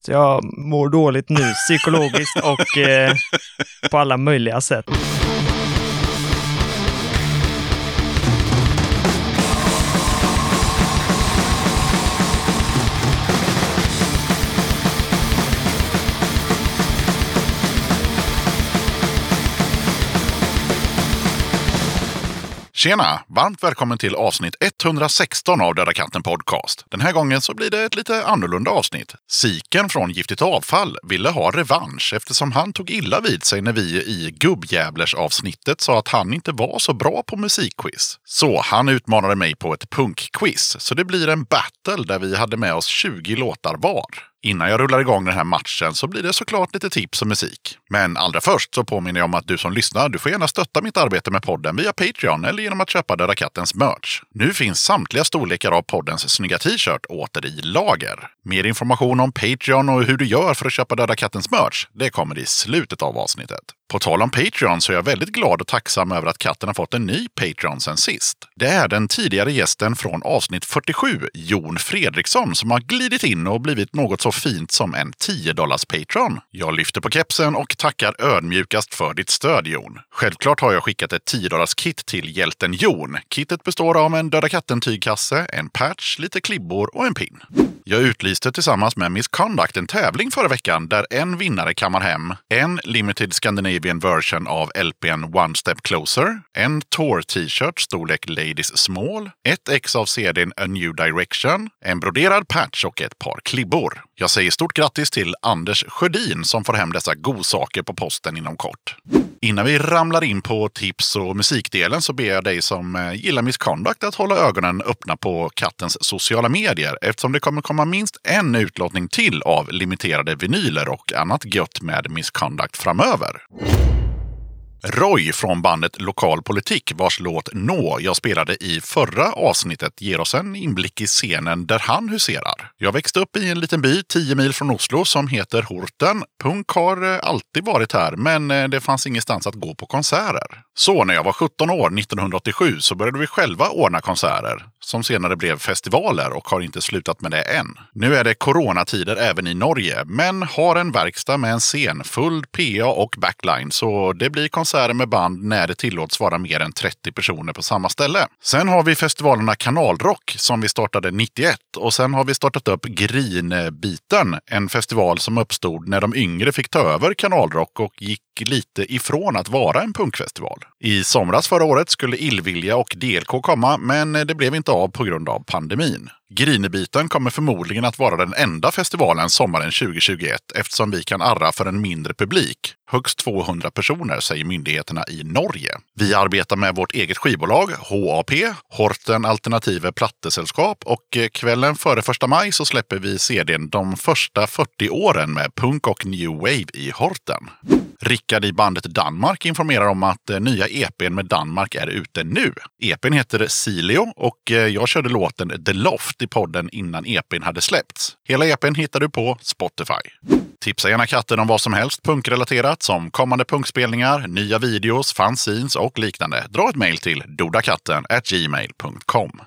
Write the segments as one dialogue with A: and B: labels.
A: Så jag mår dåligt nu, psykologiskt och på alla möjliga sätt.
B: Tjena! Varmt välkommen till avsnitt 116 av Döda katten podcast. Den här gången så blir det ett lite annorlunda avsnitt. Siken från Giftigt avfall ville ha revansch eftersom han tog illa vid sig när vi i gubbjävlers avsnittet sa att han inte var så bra på musikquiz. Så han utmanade mig på ett punkquiz, så det blir en battle där vi hade med oss 20 låtar var. Innan jag rullar igång den här matchen så blir det såklart lite tips och musik. Men allra först så påminner jag om att du som lyssnar, du får gärna stötta mitt arbete med podden via Patreon eller genom att köpa Döda kattens merch. Nu finns samtliga storlekar av poddens snygga t-shirt åter i lager. Mer information om Patreon och hur du gör för att köpa Döda kattens merch, det kommer i slutet av avsnittet. På tal om Patreon så är jag väldigt glad och tacksam över att katten har fått en ny Patreon sen sist. Det är den tidigare gästen från avsnitt 47, Jon Fredriksson, som har glidit in och blivit något så fint som en $10 Patreon. Jag lyfter på kepsen och tackar ödmjukast för ditt stöd, Jon. Självklart har jag skickat ett $10-kit till hjälten Jon. Kittet består av en Döda katten-tygkasse, en patch, lite klibbor och en pin. Jag utlyste tillsammans med Misconduct en tävling förra veckan där en vinnare kammar hem en Limited Scandinavian version av LPn One Step Closer, en Tour t-shirt storlek Ladies Small, ett ex av CDn A New Direction, en broderad patch och ett par klibbor. Jag säger stort grattis till Anders Sjödin som får hem dessa godsaker på posten inom kort. Innan vi ramlar in på tips och musikdelen så ber jag dig som gillar Misconduct att hålla ögonen öppna på kattens sociala medier eftersom det kommer komma minst en utlåtning till av limiterade vinyler och annat gött med Misconduct framöver. Roy från bandet Lokal Politik, vars låt Nå jag spelade i förra avsnittet, ger oss en inblick i scenen där han huserar. Jag växte upp i en liten by 10 mil från Oslo som heter Horten. Punk har alltid varit här, men det fanns ingenstans att gå på konserter. Så när jag var 17 år 1987 så började vi själva ordna konserter, som senare blev festivaler och har inte slutat med det än. Nu är det coronatider även i Norge, men har en verkstad med en scen, full PA och backline, så det blir konserter med band när det tillåts vara mer än 30 personer på samma ställe. Sen har vi festivalerna Kanalrock som vi startade 91 och sen har vi startat upp Grinbiten, en festival som uppstod när de yngre fick ta över Kanalrock och gick lite ifrån att vara en punkfestival. I somras förra året skulle Illvilja och DLK komma, men det blev inte av på grund av pandemin. Grinebiten kommer förmodligen att vara den enda festivalen sommaren 2021 eftersom vi kan arra för en mindre publik. Högst 200 personer, säger myndigheterna i Norge. Vi arbetar med vårt eget skivbolag, HAP, Horten Alternative Plattesällskap, och kvällen före 1 maj så släpper vi CDn De första 40 åren med punk och new wave i Horten. Rickard i bandet Danmark informerar om att nya EPn med Danmark är ute nu. EPn heter Silio och jag körde låten The Loft i podden innan EPn hade släppts. Hela EPn hittar du på Spotify. Tipsa gärna katten om vad som helst punkrelaterat som kommande punkspelningar, nya videos, fanzines och liknande. Dra ett mejl till dodakatten@gmail.com.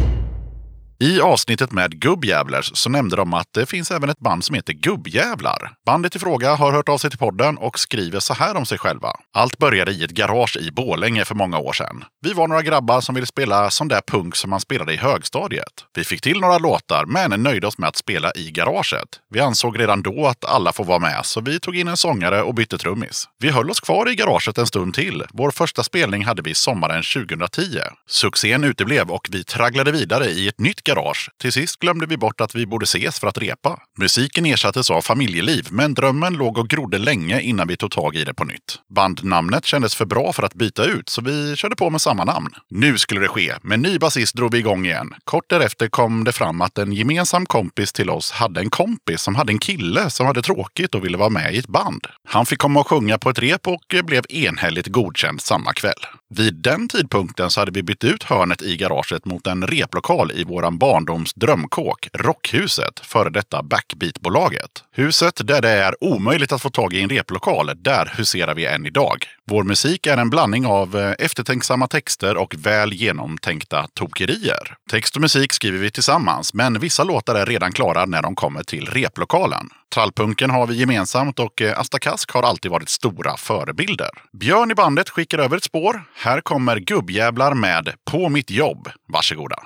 B: I avsnittet med Gubbjävlers så nämnde de att det finns även ett band som heter Gubbjävlar. Bandet i fråga har hört av sig till podden och skriver så här om sig själva. Allt började i ett garage i Borlänge för många år sedan. Vi var några grabbar som ville spela sån där punk som man spelade i högstadiet. Vi fick till några låtar men nöjde oss med att spela i garaget. Vi ansåg redan då att alla får vara med så vi tog in en sångare och bytte trummis. Vi höll oss kvar i garaget en stund till. Vår första spelning hade vi sommaren 2010. Succén uteblev och vi tragglade vidare i ett nytt garage. Till sist glömde vi bort att vi borde ses för att repa. Musiken ersattes av familjeliv, men drömmen låg och grodde länge innan vi tog tag i det på nytt. Bandnamnet kändes för bra för att byta ut, så vi körde på med samma namn. Nu skulle det ske. Med ny basist drog vi igång igen. Kort därefter kom det fram att en gemensam kompis till oss hade en kompis som hade en kille som hade tråkigt och ville vara med i ett band. Han fick komma och sjunga på ett rep och blev enhälligt godkänd samma kväll. Vid den tidpunkten så hade vi bytt ut hörnet i garaget mot en replokal i våran våran barndoms drömkåk, Rockhuset, före detta Backbeat-bolaget. Huset där det är omöjligt att få tag i en replokal, där huserar vi än idag. Vår musik är en blandning av eftertänksamma texter och väl genomtänkta tokerier. Text och musik skriver vi tillsammans, men vissa låtar är redan klara när de kommer till replokalen. Trallpunken har vi gemensamt och Asta Kask har alltid varit stora förebilder. Björn i bandet skickar över ett spår. Här kommer Gubbjävlar med På mitt jobb. Varsågoda.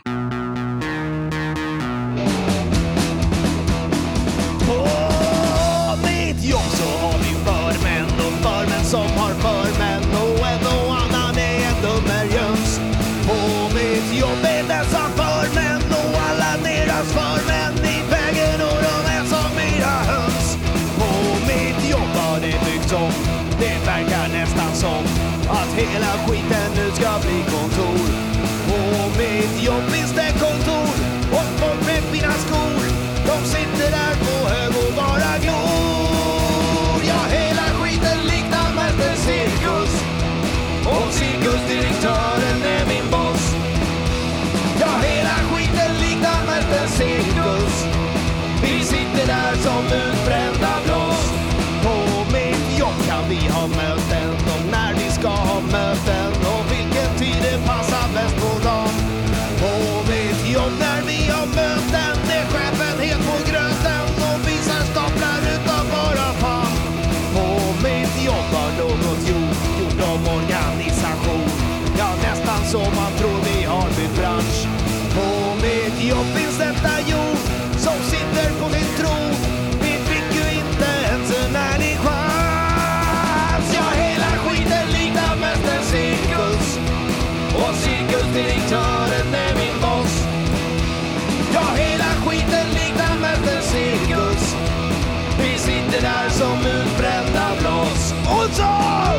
C: På mitt jobb så har vi förmän och förmän som har förmän och en och annan är en dummerjöns. På mitt jobb är dessa förmän och alla deras förmän i vägen och de är som mina höns. På mitt jobb har det byggts om, det verkar nästan som att hela skiten nu ska bli kontor. På mitt jobb finns det kontor och folk med fina skor, de sitter där på hög och bara glor. Ja, hela skiten liknar mest en cirkus och cirkusdirektören är min boss. Ja, hela skiten liknar mest en cirkus, vi sitter där som utbrända blås. På mitt jobb kan vi ha möten och när vi ska ha möten och vilken tid det passar bäst på dagen. På mitt jobb när vi har möten är chefen helt på gröten och visar staplar utav bara fan. På mitt jobb har något gjort om organisation, ja nästan så man tror vi har bytt bransch. På mitt jobb finns detta jord som sitter på sin tron, vi fick ju inte ens en ärlig chans. Ja, hela skiten liknar mest en cirkus och cirkusdirektören är min boss. Ja, hela skiten liknar mest en cirkus, vi sitter där som utbrända blås. Och så!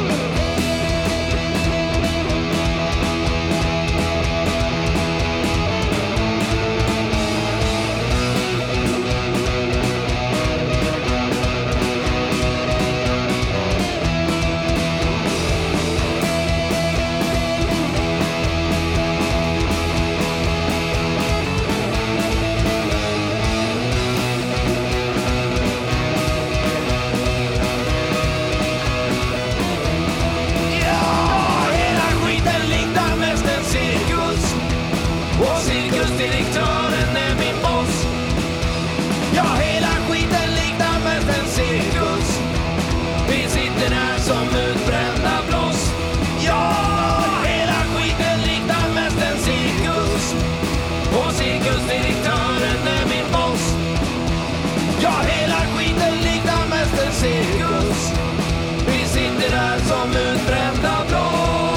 C: Och cirkusdirektören är min boss. Ja, hela skiten liknar mest en cirkus, vi sitter där som utbrända blås. Ja, hela skiten liknar mest en cirkus och cirkusdirektören är min boss. Ja, hela skiten liknar mest en cirkus, vi sitter där som utbrända blås.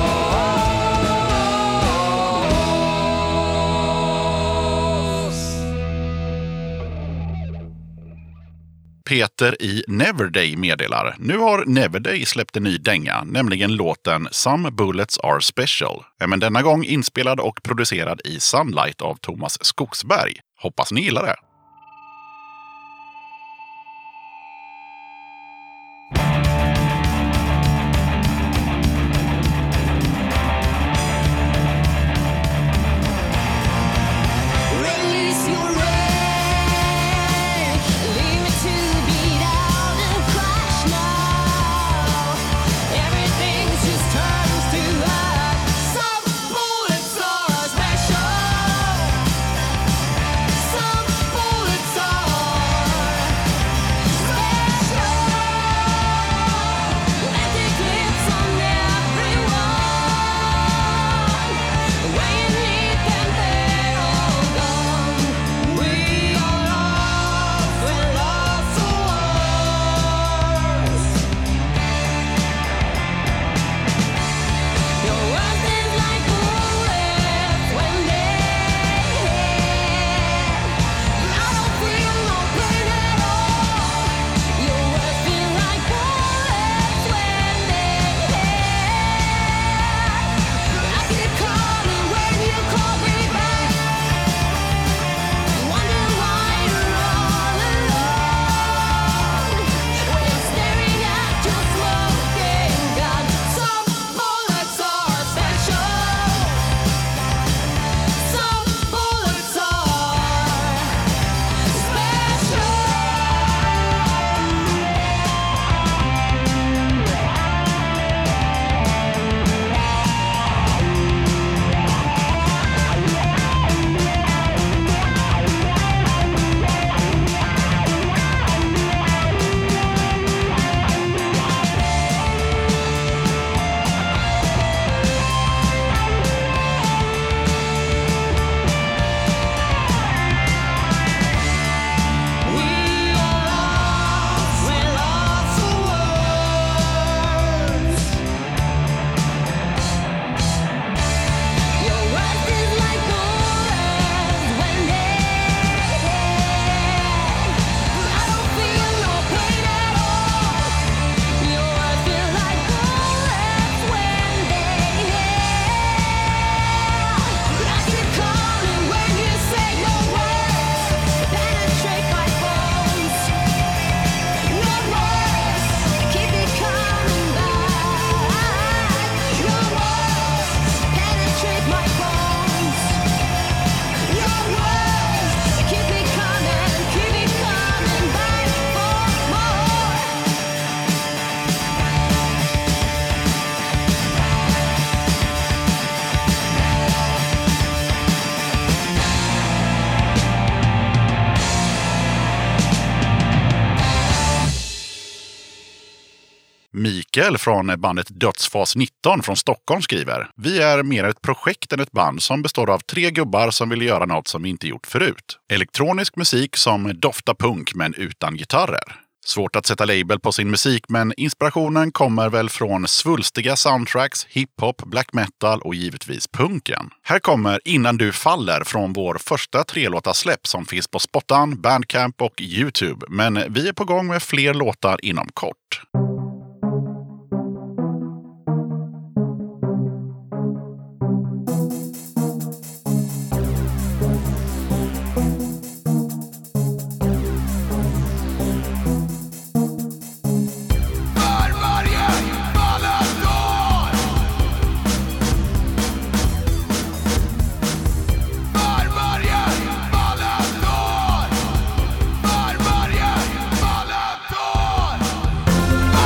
B: Peter i Neverday meddelar. Nu har Neverday släppt en ny dänga, nämligen låten Some Bullets Are Special. Men denna gång inspelad och producerad i Sunlight av Thomas Skogsberg. Hoppas ni gillar det.
D: Some bullets are special.
B: Mikael från bandet Dödsfas 19 från Stockholm skriver: Vi är mer ett projekt än ett band som består av 3 gubbar som vill göra något som vi inte gjort förut. Elektronisk musik som doftar punk men utan gitarrer. Svårt att sätta label på sin musik, men inspirationen kommer väl från svulstiga soundtracks, hiphop, black metal och givetvis punken. Här kommer Innan du faller från vår första 3-låtarsläpp som finns på Spottan, Bandcamp och YouTube. Men vi är på gång med fler låtar inom kort.
C: Bye.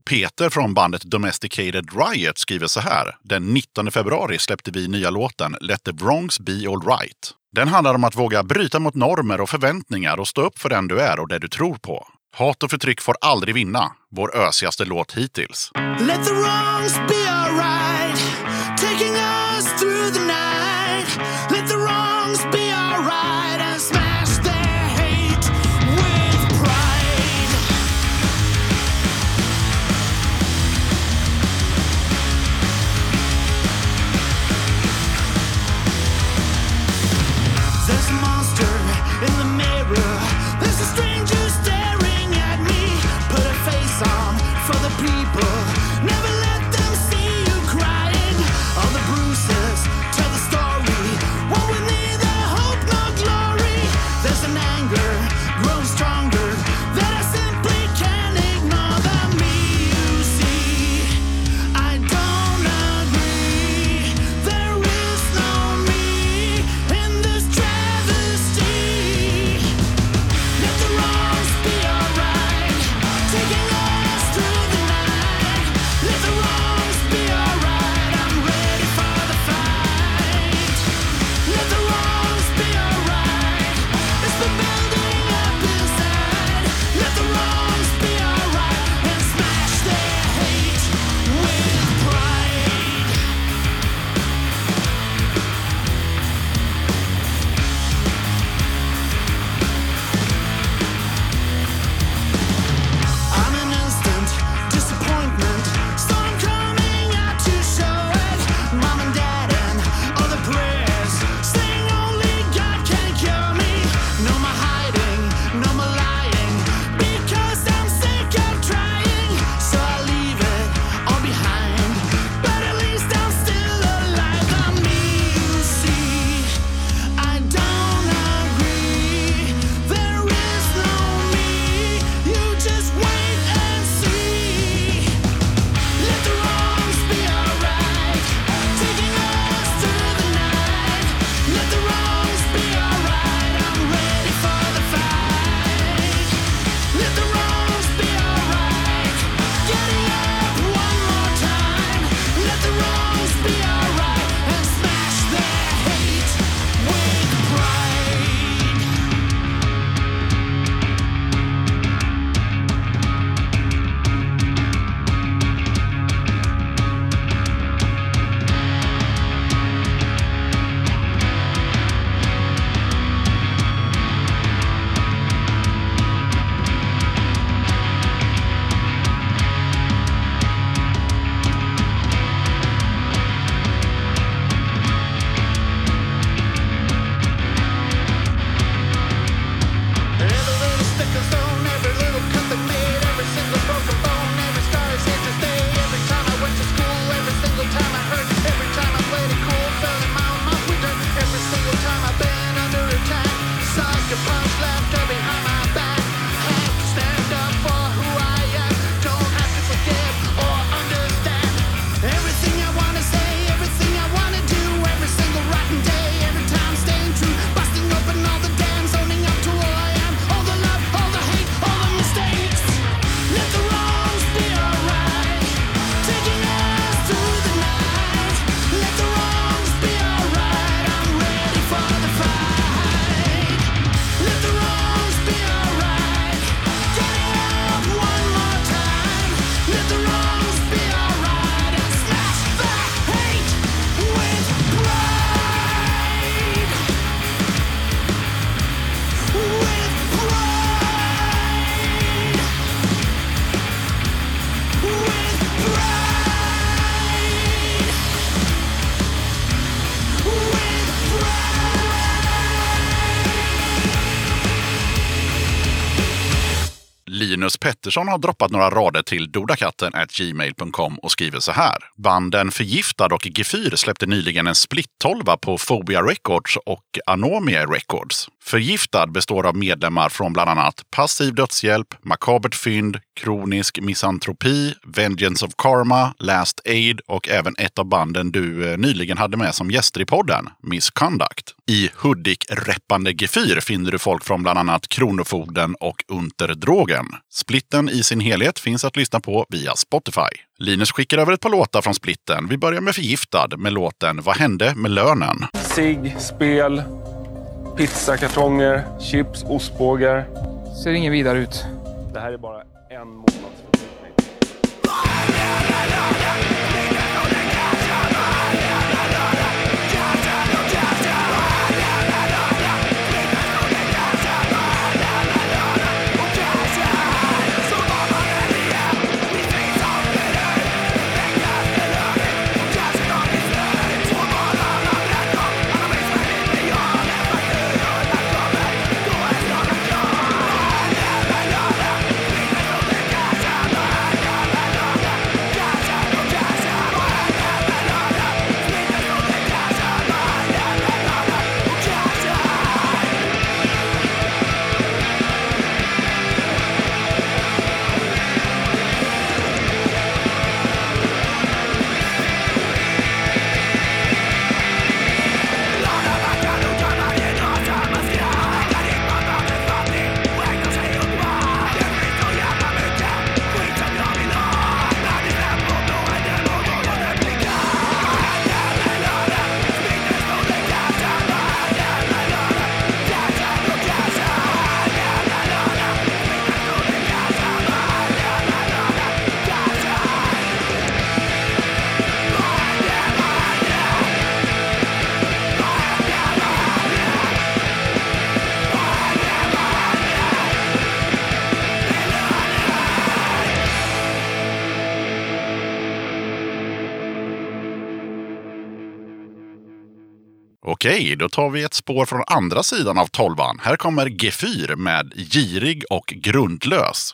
B: Peter från bandet Domesticated Riot skriver så här. Den 19 februari släppte vi nya låten Let the Bronx Be All Right. Den handlar om att våga bryta mot normer och förväntningar och stå upp för den du är och det du tror på. Hat och förtryck får aldrig vinna. Vår ösigaste låt hittills.
C: Let the wrongs be alright, taking us through the night. Let the wrongs be alright and smash their hate with pride. There's a monster in the mirror. There's a stranger staring at me. Put a face on for the people. Never let them see you crying. All the bruises tell the story. One with neither hope nor glory. There's an anger grown stronger that I simply can't ignore. The me you see, I don't agree. There is no me in this travesty. Let the wrongs be alright, taking us through the night. Let the wrongs be alright, I'm ready for the fight. Let the wrongs be alright, it's been building up inside. Let the wrongs be alright and smash their hate with pride. On an instant, disappointment, storm coming out to show it. Mom and dad and all the prayers, saying only God can cure me. No more hiding, no more lying, because I'm sick of trying. So I leave it all behind, but at least I'm still alive. The me you see, I don't agree. There is no me, you just wait and see. Let the wrongs be alright, taking us through the night. Let the wrongs be alright, I'm ready for the fight. Let the wrongs be alright, getting up one more time. Let the wrongs be alright and smash their hate with pride. Every little stick of stone, every little cut they made, every single broken bone, every scar is here to stay. Every time I went to school, every single time I hurt, every time I played it cool, fell in my own mouth with dirt. Every single time I've been under attack, sucker punch laughter behind my back. Have to stand up for who I am, don't have to forgive or understand. Everything I wanna say, everything I wanna do, every single rotten day, every time staying true, busting open all the dams, owning up to all I am, all the love, all the hate, all the mistakes. Let the wrongs be alright, taking us through the night. Let the wrongs be alright, I'm ready for the fight. Let the wrongs be alright, getting up one more time. Let the wrongs be alright and smash the hate with pride. With pride. With pride. With
B: Linus Pettersson har droppat några rader till dodakatten@gmail.com och skriver så här. Banden Förgiftad och Gefyr släppte nyligen en split-12 på Phobia Records och Anomia Records. Förgiftad består av medlemmar från bland annat Passiv Dödshjälp, Makabert Fynd, Kronisk misantropi, Vengeance of Karma, Last Aid och även ett av banden du nyligen hade med som gäster i podden, Misconduct. I Hudik-reppande G4 finner du folk från bland annat Kronofogden och Unterdrogen. Splitten i sin helhet finns att lyssna på via Spotify. Linus skickar över ett par låtar från splitten. Vi börjar med Förgiftad med låten Vad hände med lönen?
D: Cigg, spel, pizzakartonger, chips, ostbågar.
E: Ser ingen vidare ut.
D: Det här är bara en månads förbrukning.
B: Okej, då tar vi ett spår från andra sidan av 12:an. Här kommer G4 med Girig och grundlös.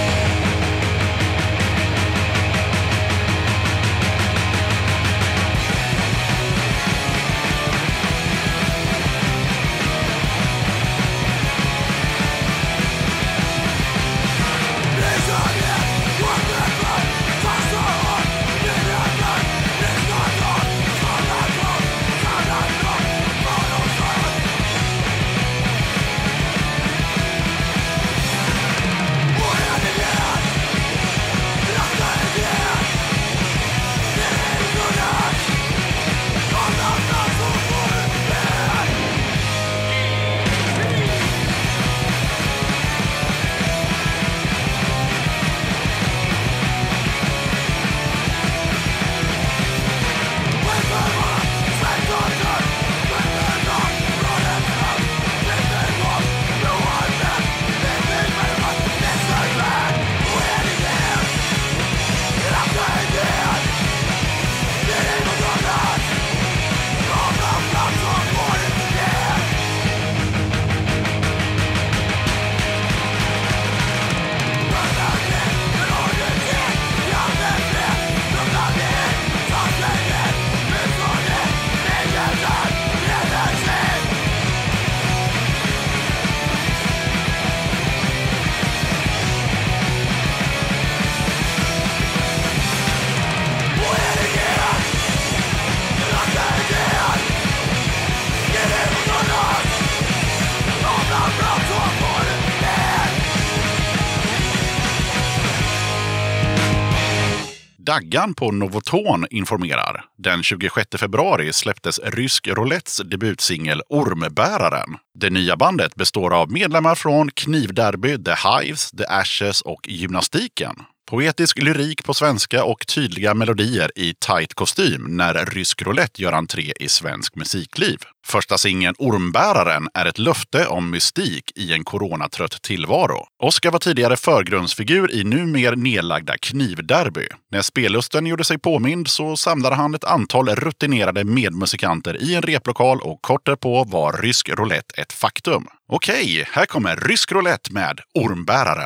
B: Daggan på Novoton informerar. Den 26 februari släpptes Rysk Roulettes debutsingel Ormbäraren. Det nya bandet består av medlemmar från Knivderby, The Hives, The Ashes och Gymnastiken. Poetisk lyrik på svenska och tydliga melodier i tight kostym när Rysk Roulette gör entré i svensk musikliv. Första singeln Ormbäraren är ett löfte om mystik i en coronatrött tillvaro. Oskar var tidigare förgrundsfigur i numer nedlagda Knivderby. När spellusten gjorde sig påmind så samlade han ett antal rutinerade medmusikanter i en replokal och kort därpå var Rysk Roulette ett faktum. Okej, här kommer Rysk Roulette med Ormbäraren.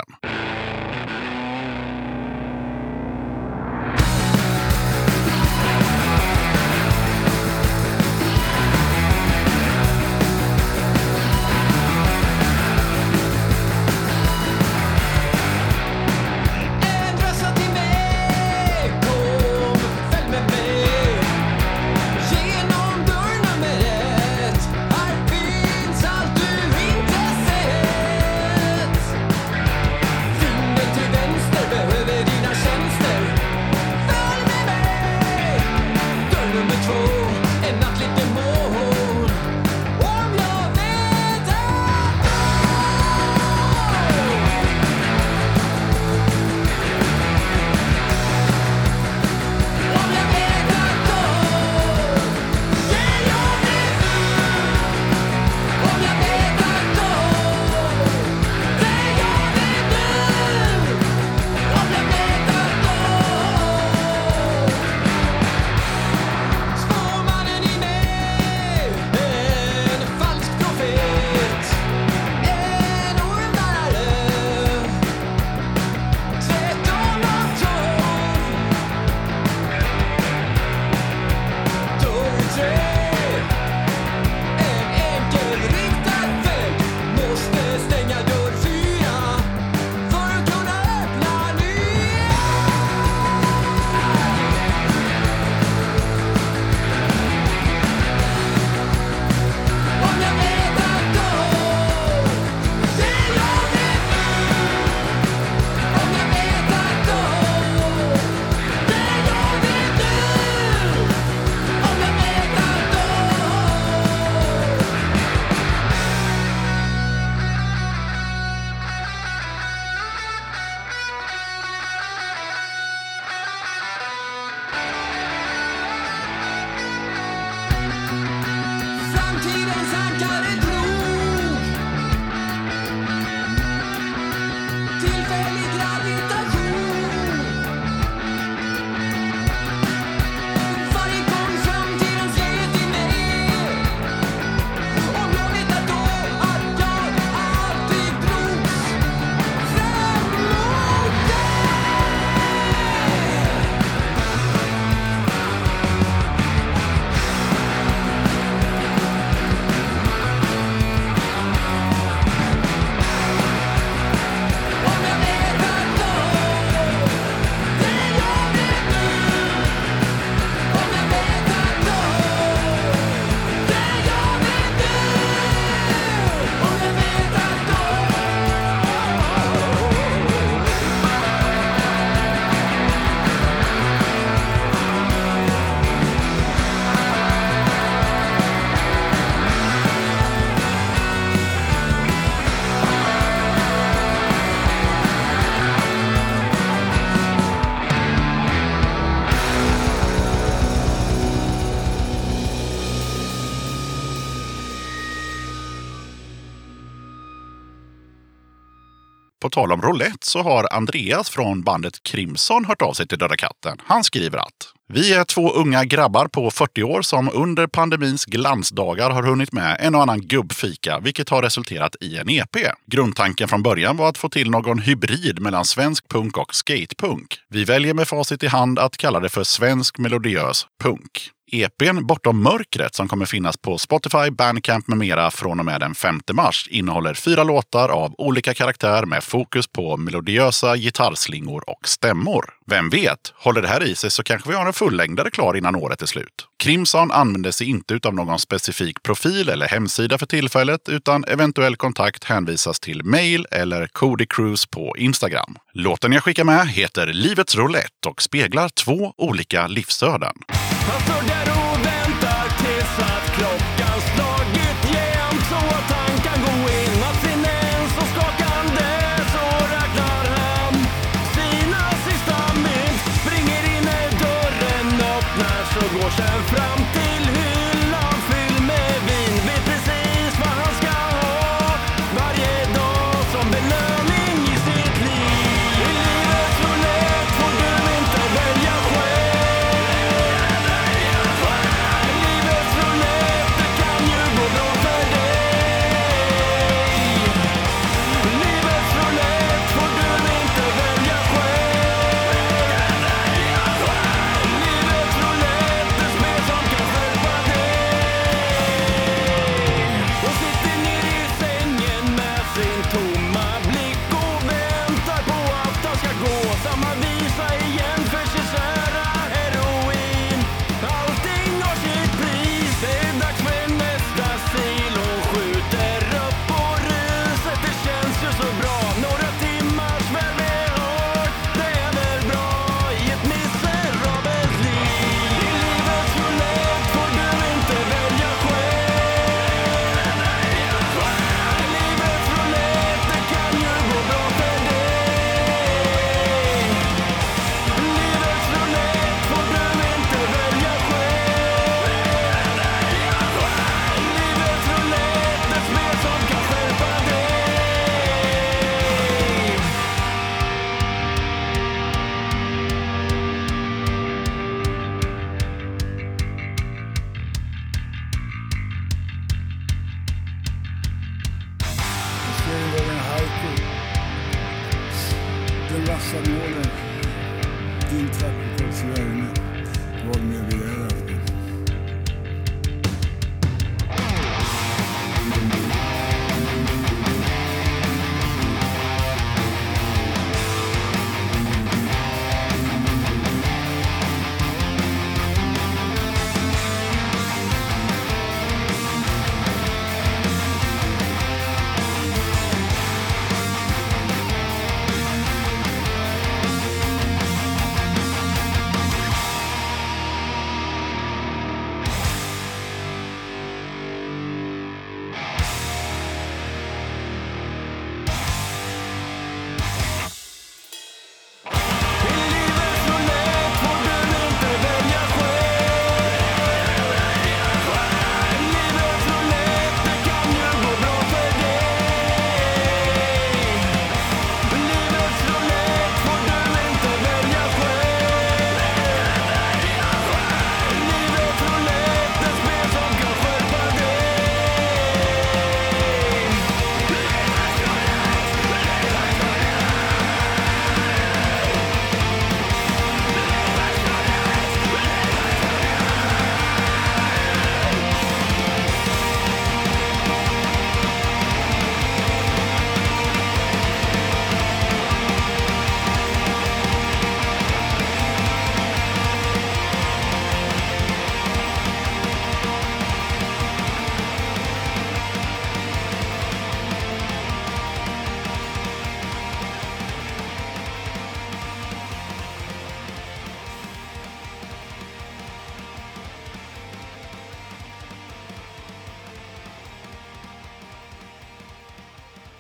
B: på tal om roulette så har Andreas från bandet Crimson hört av sig till Döda katten. Han skriver att vi är 2 unga grabbar på 40 år som under pandemins glansdagar har hunnit med en och annan gubbfika, vilket har resulterat i en EP. Grundtanken från början var att få till någon hybrid mellan svensk punk och skatepunk. Vi väljer med facit i hand att kalla det för svensk melodiös punk. EP:n Bortom mörkret som kommer finnas på Spotify, Bandcamp med mera från och med den 5 mars innehåller 4 låtar av olika karaktär med fokus på melodiösa gitarrslingor och stämmor. Vem vet, håller det här i sig så kanske vi har en fullängdare klar innan året är slut. Crimson använder sig inte utav någon specifik profil eller hemsida för tillfället utan eventuell kontakt hänvisas till mail eller Cody Cruise på Instagram. Låten jag skickar med heter Livets roulette och speglar 2 olika livsöden.
C: Han står där och väntar tills att klockan slagit jämnt så att han kan gå in abstinens och skakande så räknar han sina sista mynt. Springer in när dörren öppnar så går sen fram till hyllan fylld med vin. Vet precis vad han ska ha varje dag som belöning i sitt liv. I livets roulette får du inte välja själv.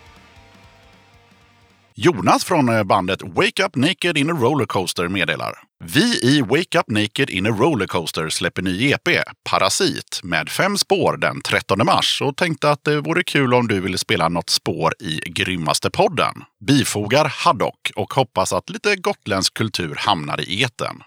B: Jonas från bandet Wake Up Naked in a Rollercoaster meddelar. Vi i Wake Up Naked in a Rollercoaster släpper ny EP, Parasit, med 5 spår den 13 mars och tänkte att det vore kul om du ville spela något spår i grymmaste podden. Bifogar Haddock och hoppas att lite gotländsk kultur hamnar i eten.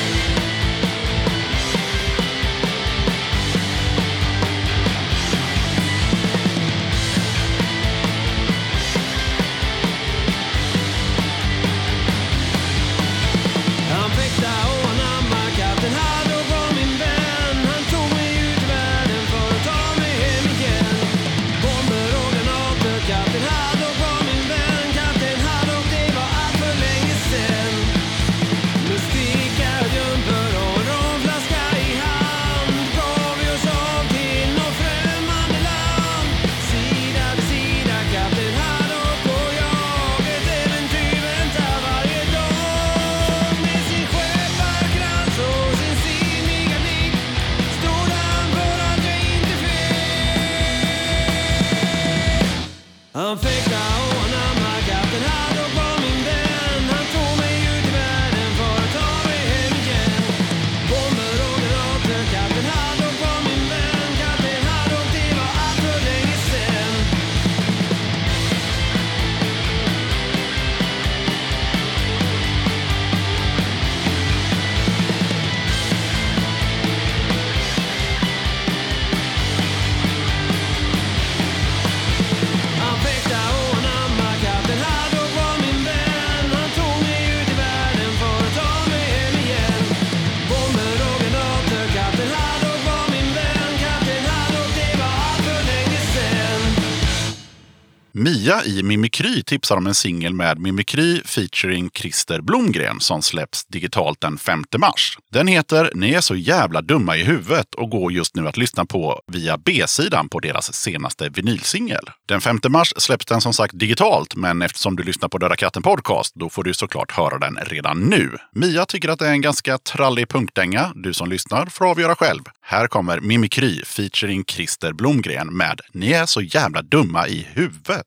B: Mia i Mimikry tipsar om en singel med Mimikry featuring Christer Blomgren som släpps digitalt den 5 mars. Den heter Ni är så jävla dumma i huvudet och går just nu att lyssna på via B-sidan på deras senaste vinylsingel. Den 5 mars släpps den som sagt digitalt, men eftersom du lyssnar på Döda katten podcast då får du såklart höra den redan nu. Mia tycker att det är en ganska trallig punkdänga. Du som lyssnar får avgöra själv. Här kommer Mimikry featuring Christer Blomgren med Ni är så jävla dumma i huvudet.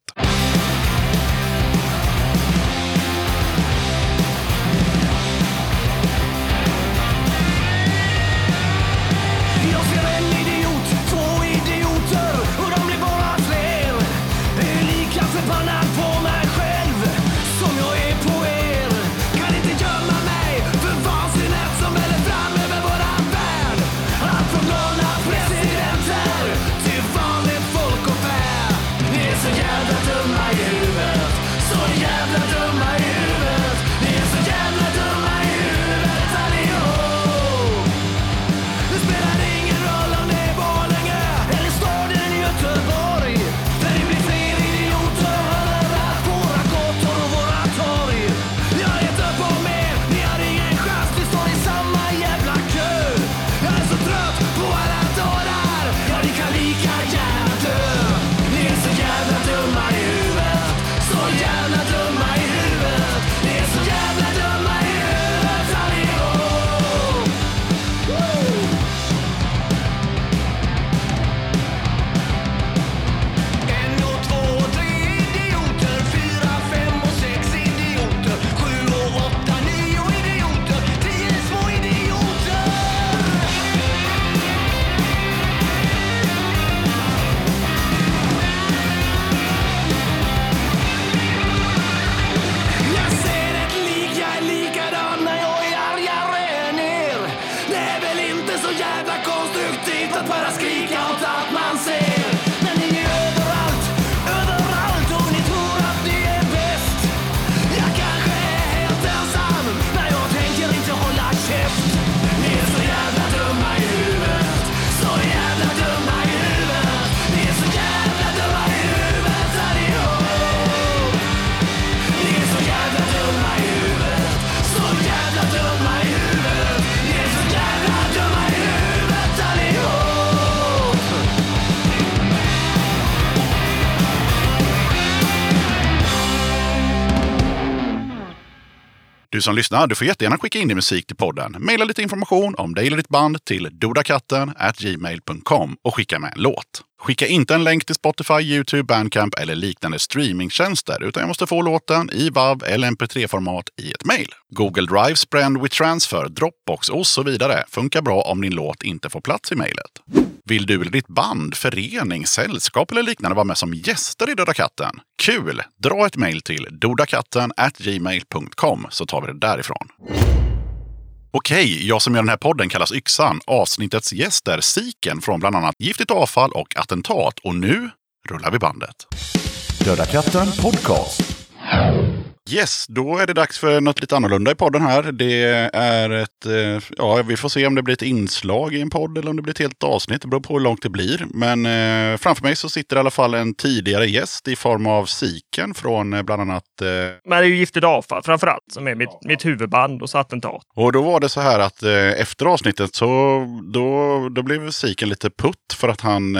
B: Du som lyssnar, du får jättegärna skicka in din musik till podden. Maila lite information om dig eller ditt band till dodakatten@gmail.com och skicka med en låt. Skicka inte en länk till Spotify, YouTube, Bandcamp eller liknande streamingtjänster, utan jag måste få låten i WAV eller MP3-format i ett mejl. Google Drive, Sprend, Transfer, Dropbox och så vidare funkar bra om din låt inte får plats i mejlet. Vill du eller ditt band, förening, sällskap eller liknande vara med som gäster i Döda katten? Kul! Dra ett mejl till dodakatten@gmail.com så tar vi det därifrån. Okej, jag som gör den här podden kallas Yxan. Avsnittets gäst är Siken från bland annat Giftigt avfall och Attentat. Och nu rullar vi bandet. Döda katten podcast. Yes, då är det dags för något lite annorlunda i podden här. Det är ett, vi får se om det blir ett inslag i en podd eller om det blir ett helt avsnitt. Det beror på hur långt det blir. Men framför mig så sitter i alla fall en tidigare gäst i form av Siken från bland annat...
A: Men det är ju Giftigt avfall framförallt som är mitt huvudband och så Attentat.
B: Och då var det så här att efter avsnittet så då blev Siken lite putt för att han...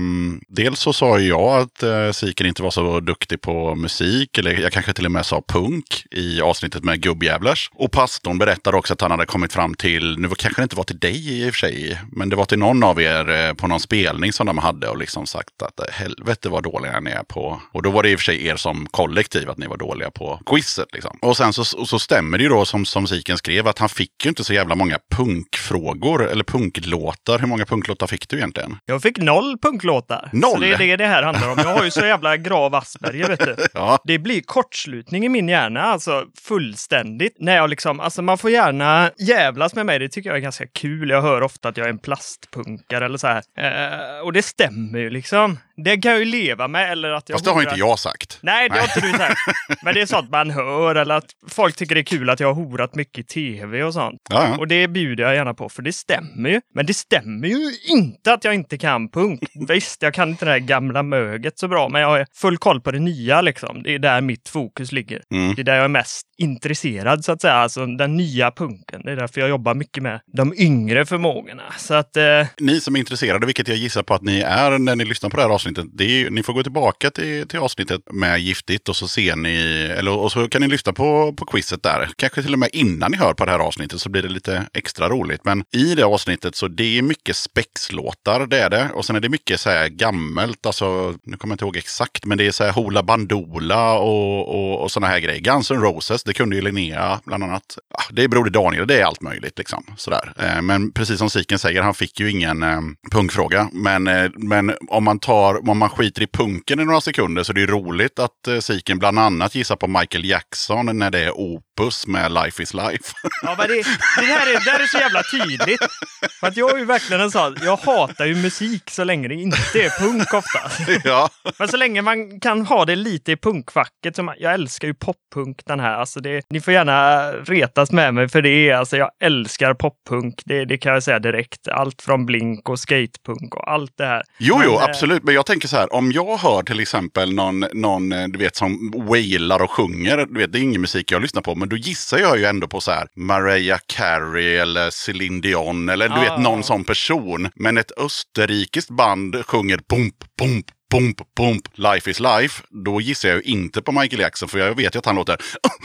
B: dels så sa jag att Siken inte var så duktig på musik, eller jag kanske till och med sa punk i avsnittet med gubbjävlars. Och pastorn berättade också att han hade kommit fram till, nu kanske det inte var till dig i och för sig, men det var till någon av er på någon spelning som de hade och liksom sagt att helvete vad dåliga ni är på. Och då var det i och för sig er som kollektiv att ni var dåliga på quizet liksom. Och sen så stämmer det ju då som Siken skrev att han fick ju inte så jävla många punkfrågor eller punklåtar. Hur många punklåtar fick du egentligen?
A: Jag fick 0 punklåtar.
B: 0?
A: Så det är det här handlar om. Jag har ju så jävla grav Asperger, vet du.
B: Ja.
A: Det blir kortslutning i min hjärna, alltså fullständigt. När jag liksom, alltså man får gärna jävlas med mig, det tycker jag är ganska kul. Jag hör ofta att jag är en plastpunkare eller så här. Och det stämmer ju liksom. Det kan jag ju leva med, eller att jag...
B: Fast det har inte jag sagt.
A: Nej, det har inte du sagt. Men det är sånt man hör, eller att folk tycker det är kul att jag har horat mycket i tv och sånt.
B: Ja.
A: Och det bjuder jag gärna på, för det stämmer ju. Men det stämmer ju inte att jag inte kan punk. Visst, jag kan inte det här gamla möget så bra, men jag har full koll på det nya liksom. Det är där mitt fokus ligger. Det är där jag är mest intresserad så att säga, alltså den nya punken. Det är därför jag jobbar mycket med de yngre förmågorna. Så att...
B: Ni som är intresserade, vilket jag gissar på att ni är när ni lyssnar på det här avsnittet, ni får gå tillbaka till avsnittet med Giftigt och så ser ni, och så kan ni lyssna på quizet där. Kanske till och med innan ni hör på det här avsnittet så blir det lite extra roligt. Men i det avsnittet så det är mycket spexlåtar, det är det. Och sen är det mycket så här gammalt, alltså nu kommer jag inte ihåg exakt, men det är så här Hoola Bandoola och såna här grejer. Guns N' Roses, det kunde ju Linnea bland annat. Ja, det är Broder Daniel, det är allt möjligt liksom. Sådär. Men precis som Siken säger, han fick ju ingen punkfråga. Men om man skiter i punken i några sekunder så det är roligt att Siken bland annat gissar på Michael Jackson när det är Opus med Life is Life.
A: Ja, men det här är så jävla tydligt. För att jag är ju verkligen en sån, jag hatar ju musik så länge det inte är punk ofta.
B: Ja.
A: Men så länge man kan ha det lite i punkfacket, som jag älskar ju poppunk den här. Alltså ni får gärna retas med mig för det. Alltså jag älskar poppunk, det kan jag säga direkt. Allt från Blink och skatepunk och allt det här.
B: Jo, absolut. Men jag tänker så här, om jag hör till exempel någon du vet, som wailar och sjunger, du vet, det är ingen musik jag lyssnar på, men då gissar jag ju ändå på så här Mariah Carey eller Celine Dion eller du vet, någon sån person. Men ett österrikiskt band sjunger pump, pump, pump, pump, Life is Life, då gissar jag ju inte på Michael Jackson, för jag vet ju att han låter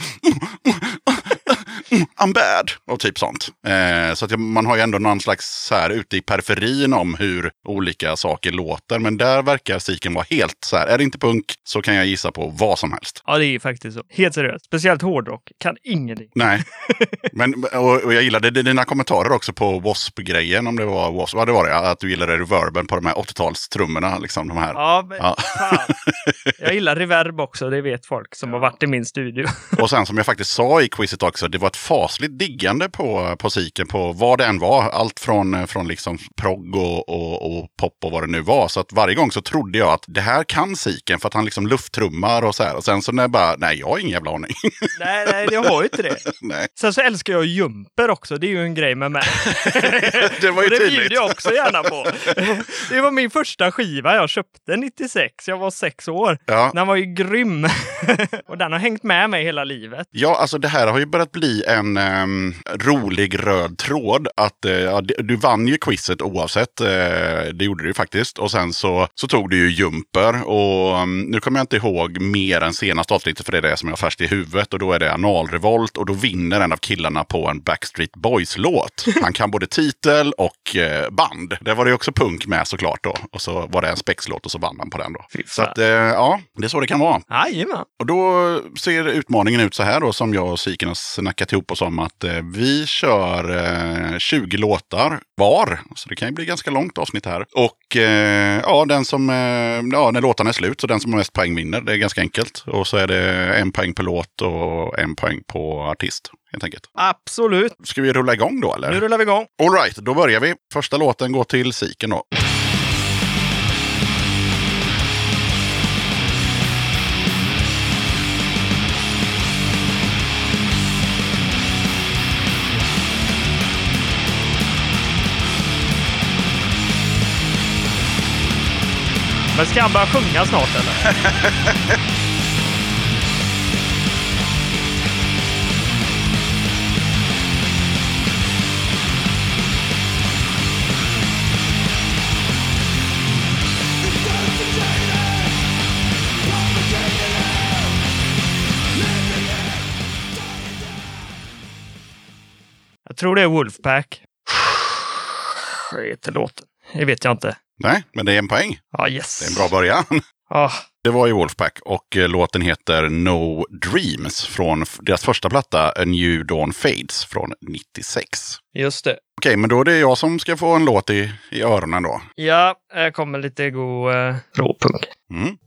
B: I'm bad och typ sånt. Så att man har ju ändå någon slags så här ute i periferin om hur olika saker låter, men där verkar Siken vara helt så här, är det inte punk så kan jag gissa på vad som helst.
A: Ja, det är faktiskt så. Helt seriöst. Speciellt hårdrock. Kan ingenting. Nej.
B: Och jag gillade dina kommentarer också på W.A.S.P. om det var W.A.S.P. Vad det var det? Att du gillade reverben på de här 80-talstrummorna, liksom de här.
A: Ja, men fan. Jag gillar reverb också, det vet folk som har varit i min studio.
B: Och sen som jag faktiskt sa i quizet också, det var ett fasligt diggande på Siken på vad det än var. Allt från liksom progg och pop och vad det nu var. Så att varje gång så trodde jag att det här kan Siken för att han liksom lufttrummar och så här. Och sen så när jag bara, nej jag har ingen jävla aning.
A: Nej, jag har ju inte det.
B: Nej.
A: Sen så älskar jag jumper också, det är ju en grej med mig.
B: Det var ju
A: det
B: tydligt.
A: bjuder jag också gärna på. Det var min första skiva jag köpte 96, jag var 6 år. Ja. Den var ju grym. Och den har hängt med mig hela livet.
B: Ja, alltså det här har ju börjat bli en rolig röd tråd att du vann ju quizet oavsett. Det gjorde du faktiskt. Och sen så tog du ju jumper. Och nu kommer jag inte ihåg mer än senaste avsnittet, för det är det som jag har färskt i huvudet. Och då är det analrevolt och då vinner en av killarna på en Backstreet Boys-låt. Han kan både titel och band. Det var det också punk med såklart då. Och så var det en spexlåt och så vann han på den då. Så att, ja, det är så det kan vara.
A: Jajamän.
B: Och då ser utmaningen ut så här då, som jag och Siken har snackat ihop oss om, att vi kör 20 låtar var. Så det kan ju bli ganska långt avsnitt här. Och den som, när låtarna är slut, så den som har mest poäng vinner. Det är ganska enkelt. Och så är det 1 poäng per låt och 1 poäng på artist. Helt enkelt.
A: Absolut.
B: Ska vi rulla igång då eller?
A: Nu rullar vi igång.
B: All right, då börjar vi. Första låten går till Siken då.
A: Men ska han börja sjunga snart eller? Jag tror det är Wolfpack. Det heter låten. Det vet jag inte.
B: Nej, men det är 1 poäng.
A: Ja, yes.
B: Det är en bra början. Det var ju Wolfpack och låten heter No Dreams från deras första platta A New Dawn Fades från 96.
A: Just det.
B: Okej, men då är det jag som ska få en låt i öronen då.
A: Ja, här kommer lite god råpunk.
B: Mm.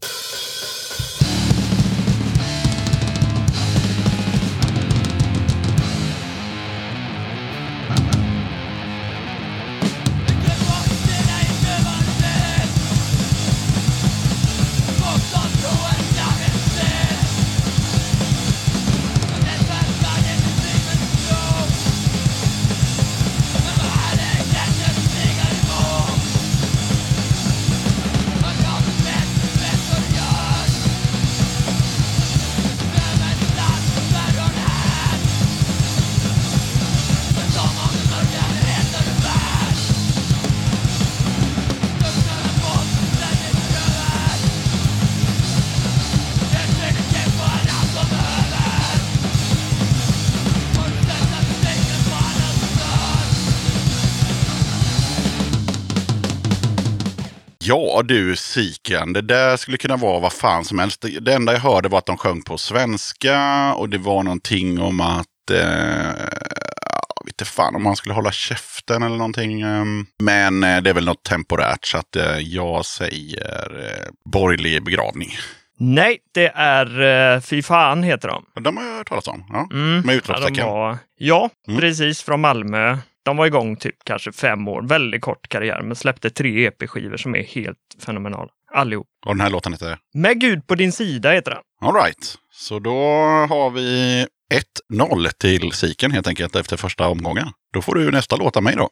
B: Ja du Siken, det där skulle kunna vara vad fan som helst. Det enda jag hörde var att de sjöng på svenska och det var någonting om att vet inte fan om man skulle hålla käften eller någonting. Men det är väl något temporärt så att jag säger borgerlig begravning.
A: Nej, det är Fy fan heter de.
B: De har jag hört talas om, ja. Med utropstecken.
A: Precis, från Malmö. De var igång typ kanske 5 år. Väldigt kort karriär, men släppte 3 EP-skivor som är helt fenomenala. Allihop.
B: Och den här låten heter?
A: Med Gud på din sida heter den.
B: All right. Så då har vi 1-0 till Siken helt enkelt efter första omgången. Då får du nästa låt av mig då.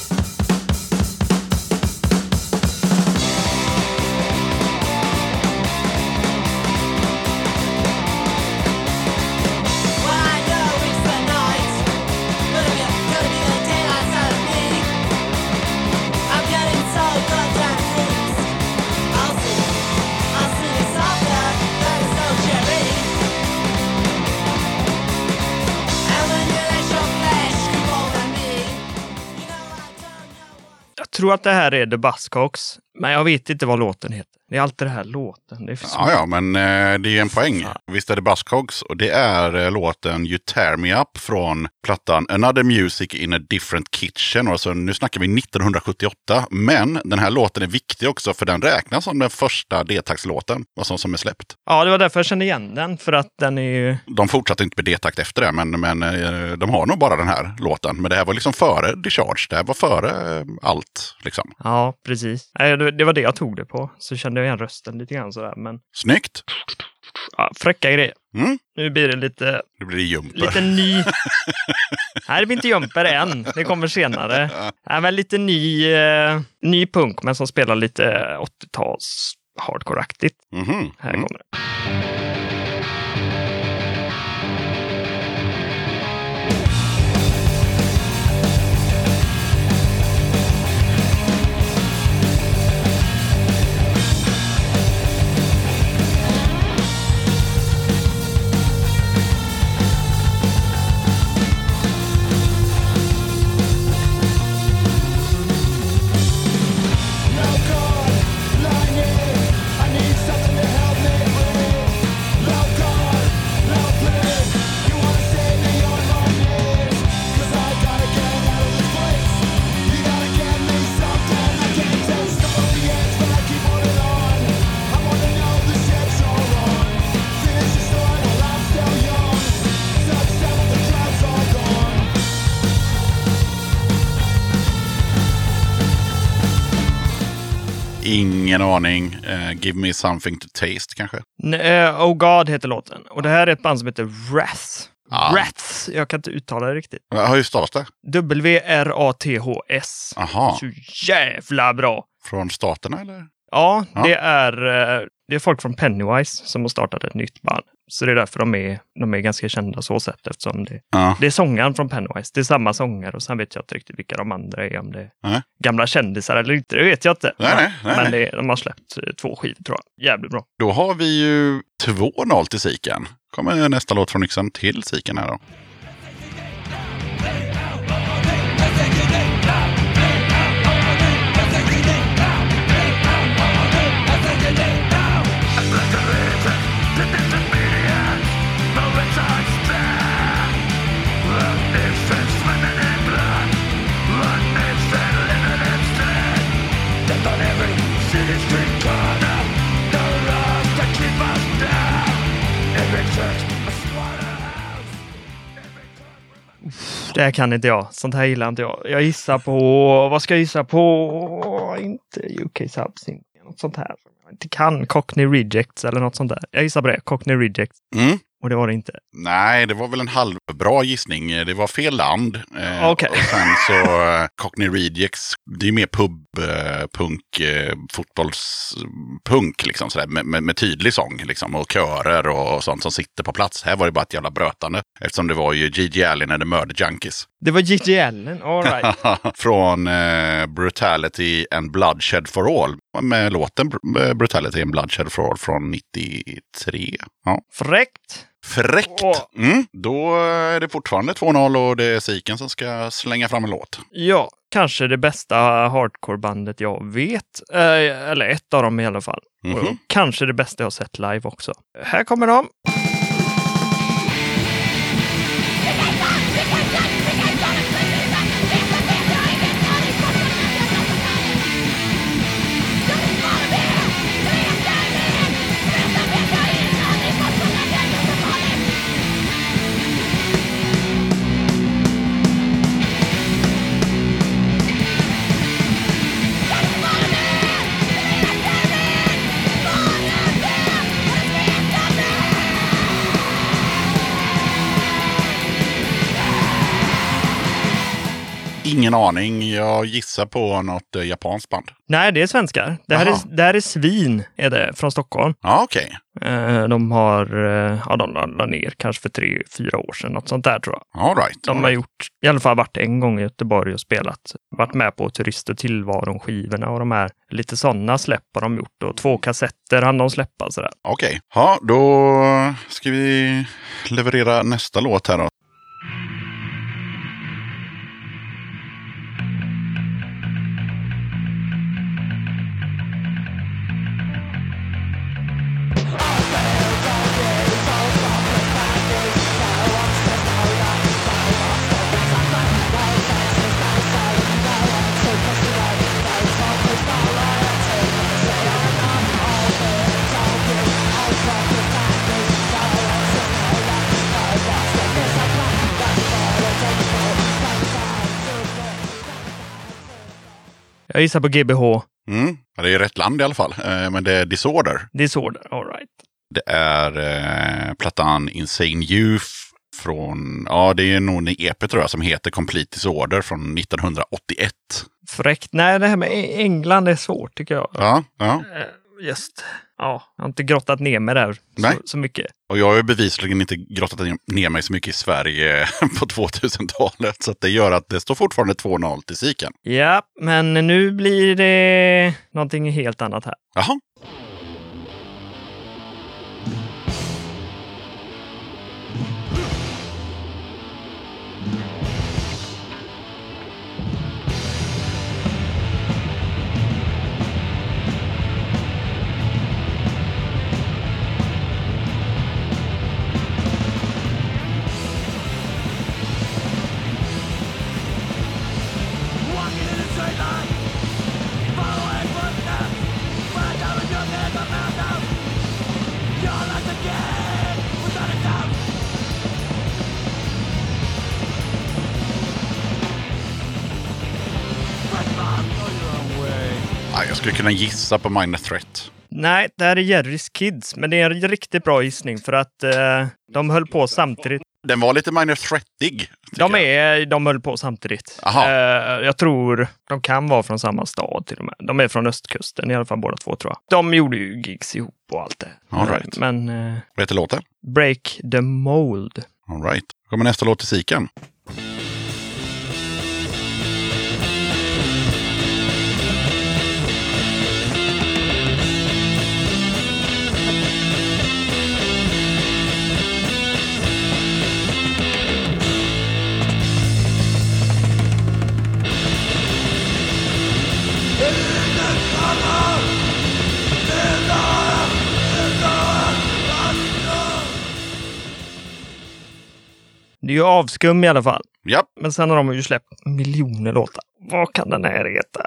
A: Jag tror att det här är The Buzzcocks, men jag vet inte vad låten heter. Det är alltid det här låten. Det är
B: ja, men det är en poäng. Ja. Visst är det Buzzcocks och det är låten You Tear Me Up från plattan Another Music in a Different Kitchen. Alltså, nu snackar vi 1978, men den här låten är viktig också för den räknas som den första D-taktslåten som är släppt.
A: Ja, det var därför jag kände igen den, för att den är ju...
B: De fortsatte inte med D-takt efter det, men de har nog bara den här låten. Men det här var liksom före Discharge, det här var före allt liksom.
A: Ja, precis. Det var det jag tog det på, så kände jag igen rösten lite grann sådär, men...
B: Snyggt!
A: Ja, fräcka grejer. Nu blir det lite...
B: Det blir jumper.
A: Lite ny... Nej, det blir inte jumper än. Det kommer senare. Nej, men lite ny punk, men som spelar lite 80-tals hardcore-aktigt. Här kommer det.
B: Ingen aning. Give me something to taste kanske.
A: Oh God heter låten. Och det här är ett band som heter Wrath. Wrath. Jag kan inte uttala det riktigt.
B: Hur stavas det?
A: W-R-A-T-H-S.
B: Aha.
A: Så jävla bra.
B: Från staterna eller?
A: Ja, det är folk från Pennywise som har startat ett nytt band. Så det är därför de är ganska kända så sett, eftersom det är sångaren från Pennywise. Det är samma sångare och sen vet jag inte riktigt vilka de andra är, om det är gamla kändisar eller inte, det vet jag inte. Men de har släppt 2 skivor tror jag. Jävligt bra.
B: Då har vi ju 2-0 till Siken. Kommer nästa låt från Yxan till Siken här då.
A: Det här kan inte jag. Sånt här gillar inte jag. Jag gissar på... Vad ska jag gissa på? Inte UK Subs. Något sånt här. Jag inte kan. Cockney Rejects eller något sånt där. Jag gissar på det. Cockney Rejects. Och det var det inte.
B: Nej, det var väl en halvbra gissning. Det var fel land.
A: Okej.
B: Och sen så Cockney Rejects, det är mer pub-punk, fotbollspunk liksom sådär, med tydlig sång liksom, och körer och sånt som sitter på plats. Här var det bara ett jävla brötande. Eftersom det var ju Gigi Allen eller Murder Junkies.
A: Det var Gigi Allen, all right.
B: Från Brutality and Bloodshed for All. Med låten Brutality and Bloodshed for All från 93. Ja.
A: Fräckt.
B: Då är det fortfarande 2-0 och det är Siken som ska slänga fram en låt.
A: Ja, kanske det bästa hardcore-bandet jag vet. Eller ett av dem i alla fall. Och kanske det bästa jag har sett live också. Här kommer de.
B: Ingen aning. Jag gissar på något japanskt band. Nej,
A: det är svenskar. Det här är Svin, är det, från Stockholm.
B: Ja, okej.
A: De har de la ner kanske för 3-4 år sedan. Något sånt där tror jag.
B: All right.
A: De har gjort, i alla fall varit en gång i Göteborg och spelat. Varit med på Turist och tillvaron-skivorna och de här lite sådana släpp har de gjort. Och 2 kassetter hann de släppa sådär.
B: Okej. Ja, då ska vi leverera nästa låt här då.
A: Jag gissar på GBH.
B: Ja, det är rätt land i alla fall. Men det är Disorder.
A: Disorder, all right.
B: Det är plattan Insane Youth från, det är nog en EP tror jag som heter Complete Disorder från 1981.
A: Fräckt. Nej, det här med England är svårt tycker jag.
B: Ja.
A: Just. Ja, jag har inte grottat ner mig där så mycket.
B: Och jag har ju bevisligen inte grottat ner mig så mycket i Sverige på 2000-talet. Så att det gör att det står fortfarande 2-0 till Siken.
A: Ja, men nu blir det någonting helt annat här.
B: Jaha.
C: Walking in a straight line, following footsteps, but I was young.
B: skulle kunna gissa på Minor Threat.
A: Nej, det här är Jerry's Kids, men det är en riktigt bra gissning för att de höll på samtidigt.
B: Den var lite Minor Threatig.
A: De höll på samtidigt.
B: Aha.
A: Jag tror de kan vara från samma stad till och med. De är från östkusten, i alla fall båda två tror jag. De gjorde ju gigs ihop och allt det.
B: All right.
A: Men
B: Vad heter låten?
A: Break the Mold.
B: All right. Kommer nästa låt till Siken.
A: Det är ju Avskum i alla fall.
B: Ja.
A: Men sen har de ju släppt miljoner låtar. Vad kan den här heta?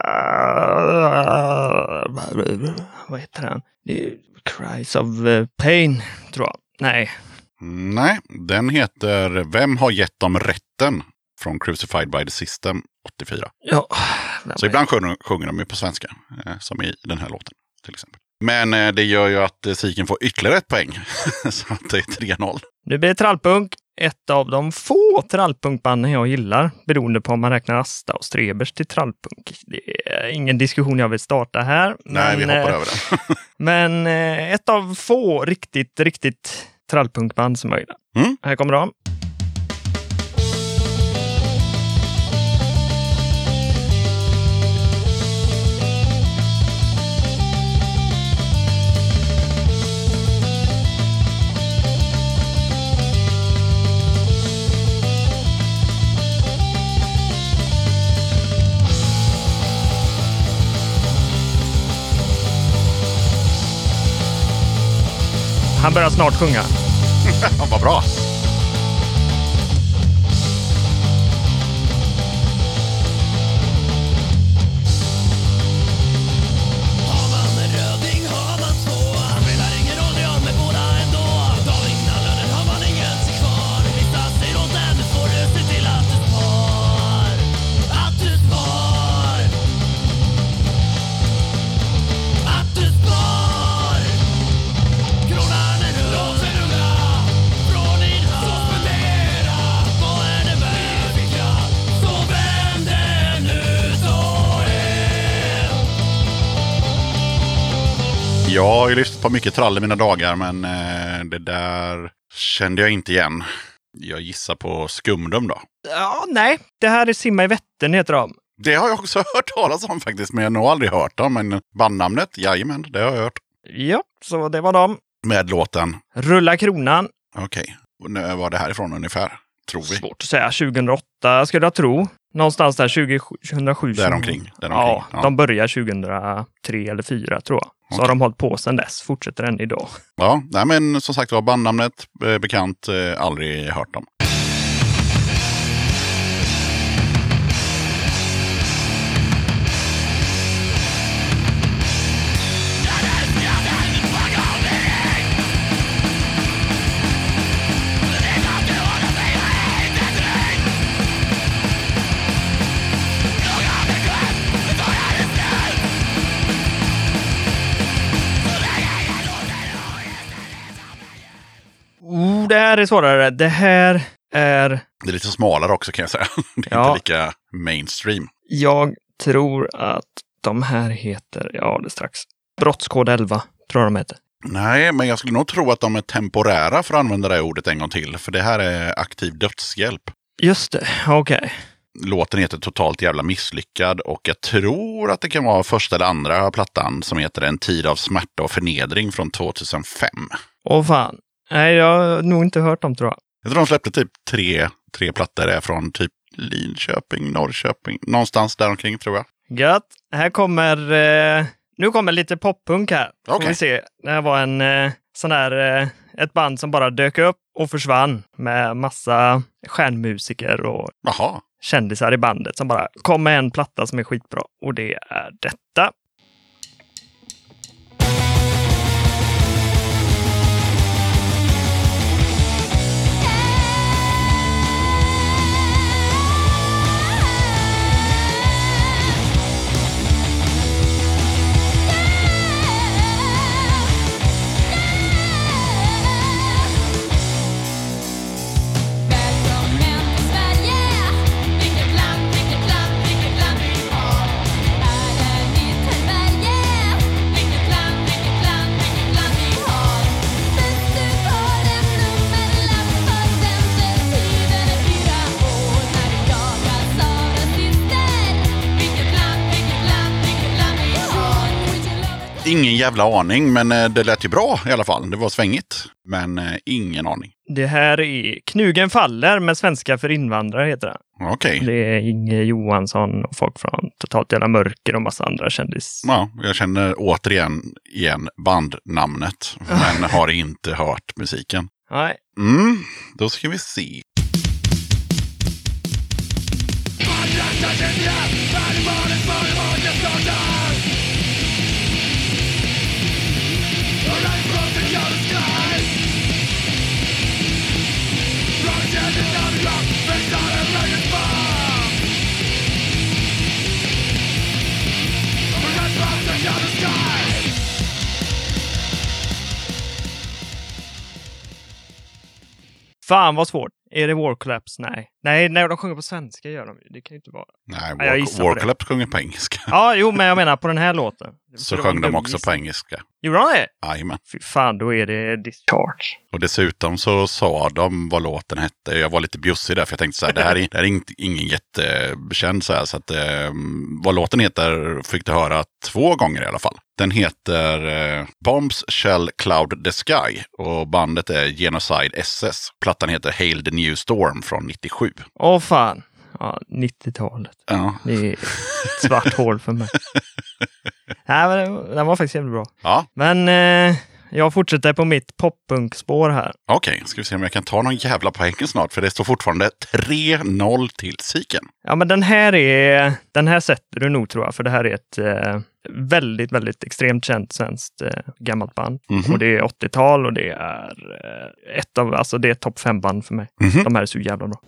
A: Vad heter den? Det är Cries of Pain, tror jag. Nej,
B: Den heter Vem har gett dem rätten? Från Crucified by the System 84.
A: Ja.
B: Så ibland sjunger de ju på svenska. Som i den här låten till exempel. Men det gör ju att Siken får ytterligare ett poäng. Så att det är 3-0.
A: Nu blir det trallpunk. Ett av de få trallpunkbanden jag gillar, beroende på om man räknar Asta och Strebers till trallpunk. Det är ingen diskussion jag vill starta här.
B: Nej, vi hoppar över den.
A: Men ett av få riktigt trallpunkband som möjligt. Här kommer de. Han börjar snart sjunga.
B: Vad bra.
C: Har man en röding har man två. Spelar ingen roll, det gör med båda ändå. Dagen innan lönen har man inget kvar. Lista sig åt den, nu får du se till att du spar. Att du spar. Att du spar. Kronan är röd. Låt sig rulla från din hand. Så spendera. Vad är det värt? Så vänd den ut och in.
B: Jag har ju lyssnat på mycket trall i mina dagar, men det där kände jag inte igen. Jag gissar på Skumdum då.
A: Ja, nej. Det här är Simma i Vättern heter de.
B: Det har jag också hört talas om faktiskt, men jag har nog aldrig hört dem. Men bandnamnet, jajamän, det har jag hört.
A: Ja, så det var de.
B: Med låten.
A: Rulla kronan.
B: Okej. Och när var det här ifrån ungefär? Tror vi.
A: Svårt att säga. 2008 skulle jag tro. Någonstans där 2007.
B: Däromkring.
A: Ja, de börjar 2003 eller 2004 tror jag. Så har de hållit på sedan dess. Fortsätter än idag.
B: Ja, nej, men som sagt var bandnamnet bekant, aldrig hört dem.
A: Det här är svårare. Det här är...
B: Det är lite smalare också kan jag säga. Det är inte lika mainstream.
A: Jag tror att de här heter... Ja, det är strax. Brottskod 11 tror jag de heter.
B: Nej, men jag skulle nog tro att de är temporära för att använda det ordet en gång till. För det här är aktiv dödshjälp.
A: Just det, okej.
B: Låten heter Totalt jävla misslyckad och jag tror att det kan vara första eller andra plattan som heter En tid av smärta och förnedring från 2005.
A: Åh fan. Nej, jag har nog inte hört dem tror jag.
B: Jag tror de släppte typ tre plattor där från typ Linköping, Norrköping. Någonstans där omkring tror jag.
A: Gött. Här kommer... nu kommer lite poppunk här. Får vi se. Det här var en sån här... ett band som bara dök upp och försvann med massa stjärnmusiker och kändisar i bandet som bara kom med en platta som är skitbra. Och det är detta.
B: Ingen jävla aning, men det lät ju bra i alla fall. Det var svängigt, men ingen aning.
A: Det här är Knugen faller med svenska för invandrare heter det.
B: Okej.
A: Det är Inge Johansson och folk från Totalt Jävla Mörker och massa andra kändis.
B: Ja, jag känner återigen igen bandnamnet, men har inte hört musiken.
A: Nej.
B: Då ska vi se.
A: Fan vad svårt. Är det War Collapse? Nej, de sjunger på svenska gör de ju. Det kan ju inte vara.
B: Nej, War Collapse sjunger på engelska.
A: Ja, jo, men jag menar på den här låten.
B: Så sjöng de också på engelska.
A: Gjorde de det?
B: Jajamän.
A: Fy fan, då är det Discharge.
B: Och dessutom så sa de vad låten hette. Jag var lite bjussig där, för jag tänkte så här, det här är ingen jättekänd så här. Så att vad låten heter fick du höra 2 gånger i alla fall. Den heter Bombs Shell Cloud the Sky och bandet är Genocide SS. Plattan heter Hail the New Storm från 97.
A: Åh fan. Ja, 90-talet.
B: Ja.
A: Det är ett svart hål för mig. Nej, men den var faktiskt jävligt bra.
B: Ja.
A: Men jag fortsätter på mitt poppunkspår här.
B: Okej, ska vi se om jag kan ta någon jävla poäng snart. För det står fortfarande 3-0 till Siken.
A: Ja, men den här sätter du nog tror jag. För det här är ett väldigt, väldigt extremt känt svenskt gammalt band.
B: Mm-hmm.
A: Och det är 80-tal och det är det är topp 5-band för mig.
B: Mm-hmm.
A: De här är så jävla bra.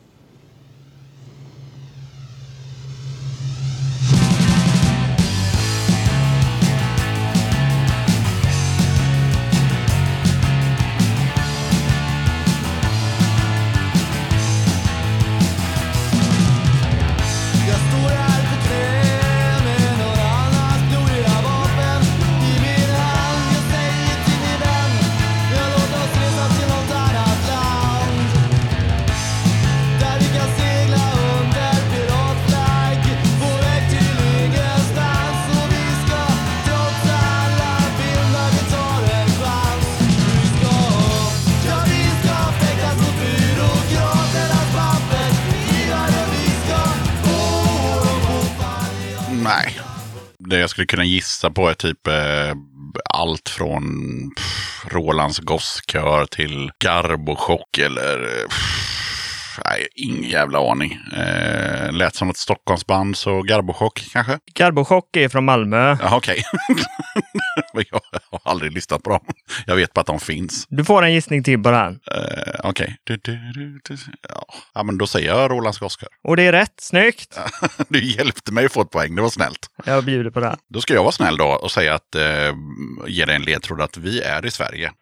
B: Nej. Det jag skulle kunna gissa på är typ allt från Rolands Gosskör till Garbochock eller... nej, ingen jävla aning. Lät som ett Stockholmsband, så Garbochock kanske?
A: Garbochock är från Malmö.
B: Ja, okej. Jag har aldrig lyssnat på dem. Jag vet bara att de finns.
A: Du får en gissning till på den.
B: Okej. Ja, men då säger jag Rolands Gosskör.
A: Och det är rätt. Snyggt.
B: Du hjälpte mig att få ett poäng. Det var snällt.
A: Jag bjuder på det.
B: Då ska jag vara snäll då och säga att ge dig en ledtråd att vi är i Sverige.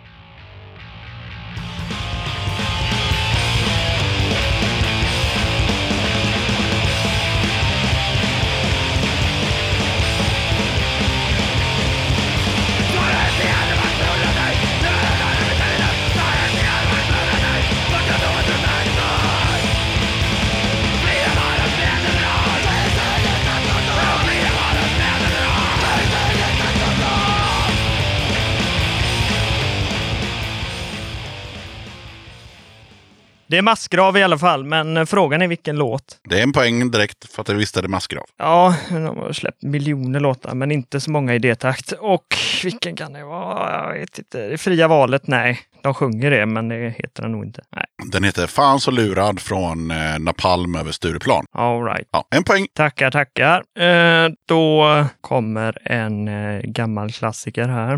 A: Det är Massgrav i alla fall, men frågan är vilken låt.
B: Det är en poäng direkt för att jag visste det är Massgrav.
A: Ja, de har släppt miljoner låtar, men inte så många i D-takt. Och vilken kan det vara? Jag vet inte. Det fria valet, nej. De sjunger det, men det heter den nog inte. Nej.
B: Den heter Fan så lurad från Napalm över Stureplan.
A: All right.
B: Ja, en poäng.
A: Tackar. Då kommer en gammal klassiker här.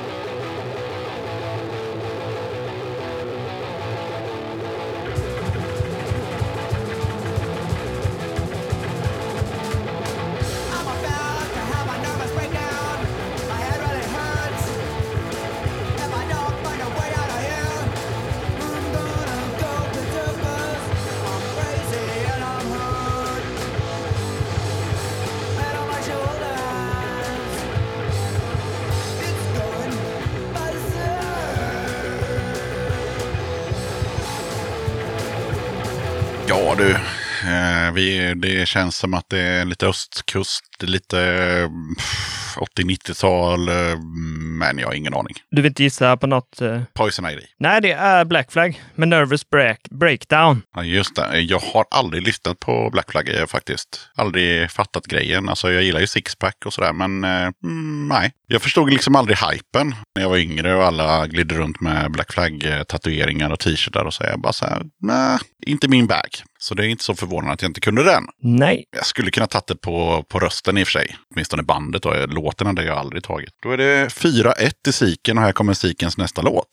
B: Ja du, det känns som att det är lite östkust, lite 80-90-tal, men jag har ingen aning.
A: Du vill inte gissa på något?
B: Poison Ivy.
A: Nej, det är Black Flag med Nervous Breakdown.
B: Ja, just det. Jag har aldrig lyssnat på Black Flag. Jag har faktiskt aldrig fattat grejen. Alltså, jag gillar ju Sixpack och sådär, men nej. Jag förstod liksom aldrig hypen när jag var yngre och alla glidde runt med Black Flag-tatueringar och t-shirtar och så. Jag bara så här, nej, inte min bag. Så det är inte så förvånande att jag inte kunde den.
A: Nej.
B: Jag skulle kunna ta det på rösten i och för sig. Åtminstone bandet och låten hade jag aldrig tagit. Då är det 4-1 i Siken och här kommer Sikens nästa låt.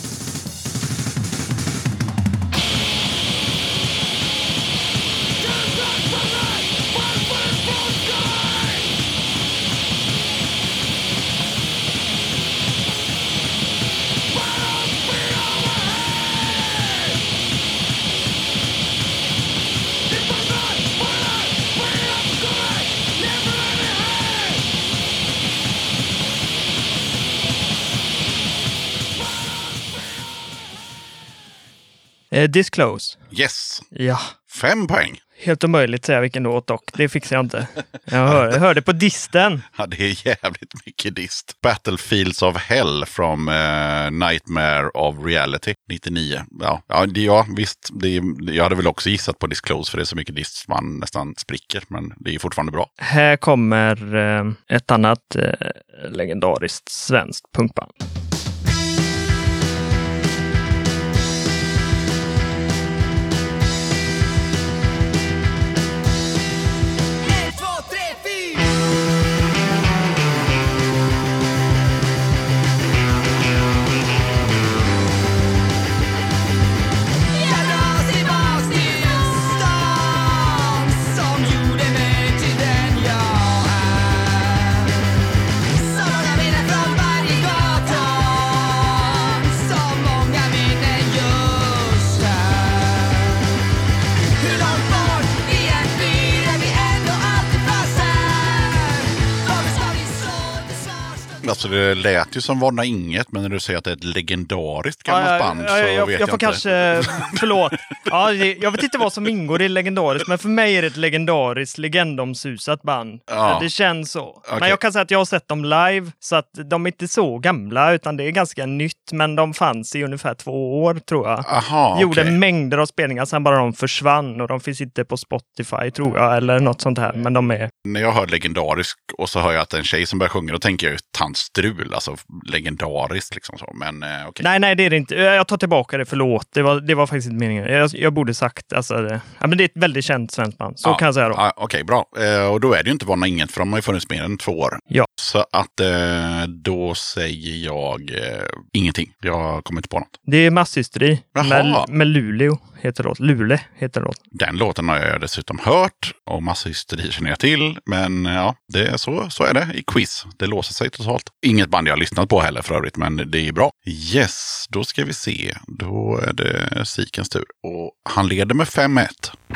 A: Disclose.
B: Yes.
A: Ja.
B: 5 poäng.
A: Helt omöjligt att säga vilken låt dock. Det fixar jag inte. Jag hörde på disten.
B: Ja, det är jävligt mycket dist. Battlefields of Hell from Nightmare of Reality 99. Ja, visst. Jag hade väl också gissat på Disclose för det är så mycket dist man nästan spricker. Men det är fortfarande bra.
A: Här kommer ett annat legendariskt svenskt punkband.
B: Alltså det lät ju som Varna Inget, men när du säger att det är ett legendariskt gammalt band så vet jag
A: får
B: inte.
A: Kanske, förlåt. Ja, jag vet inte vad som ingår i legendariskt, men för mig är det ett legendariskt, legendomsusat band.
B: Ja.
A: Det känns så.
B: Okay.
A: Men jag kan säga att jag har sett dem live, så att de är inte så gamla, utan det är ganska nytt, men de fanns i ungefär 2 år, tror jag.
B: Aha,
A: gjorde mängder av spelningar, sen bara de försvann och de finns inte på Spotify, tror jag, eller något sånt här, men de är...
B: När jag hör legendarisk och så hör jag att en tjej som börjar sjunga, då tänker jag ju Strul, alltså legendariskt liksom så, men okej.
A: Nej, det är det inte. Jag tar tillbaka det, förlåt. Det var faktiskt inte meningen. Jag borde sagt, alltså, men det är ett väldigt känt svenskt band, så kan jag säga då.
B: Okej, bra. Och då är det ju inte Varna Inget, för de har ju funnits mer än 2 år.
A: Ja.
B: Så att då säger jag ingenting. Jag kommer inte på något.
A: Det är Masshysteri med Luleå heter låt. Lule heter låt.
B: Den låten har jag dessutom hört och Masshysteri känner jag till. Men ja, det är så är det i quiz. Det låser sig totalt. Inget band jag har lyssnat på heller för övrigt, men det är bra. Yes, då ska vi se. Då är det Sikens tur. Och han leder med 5-1.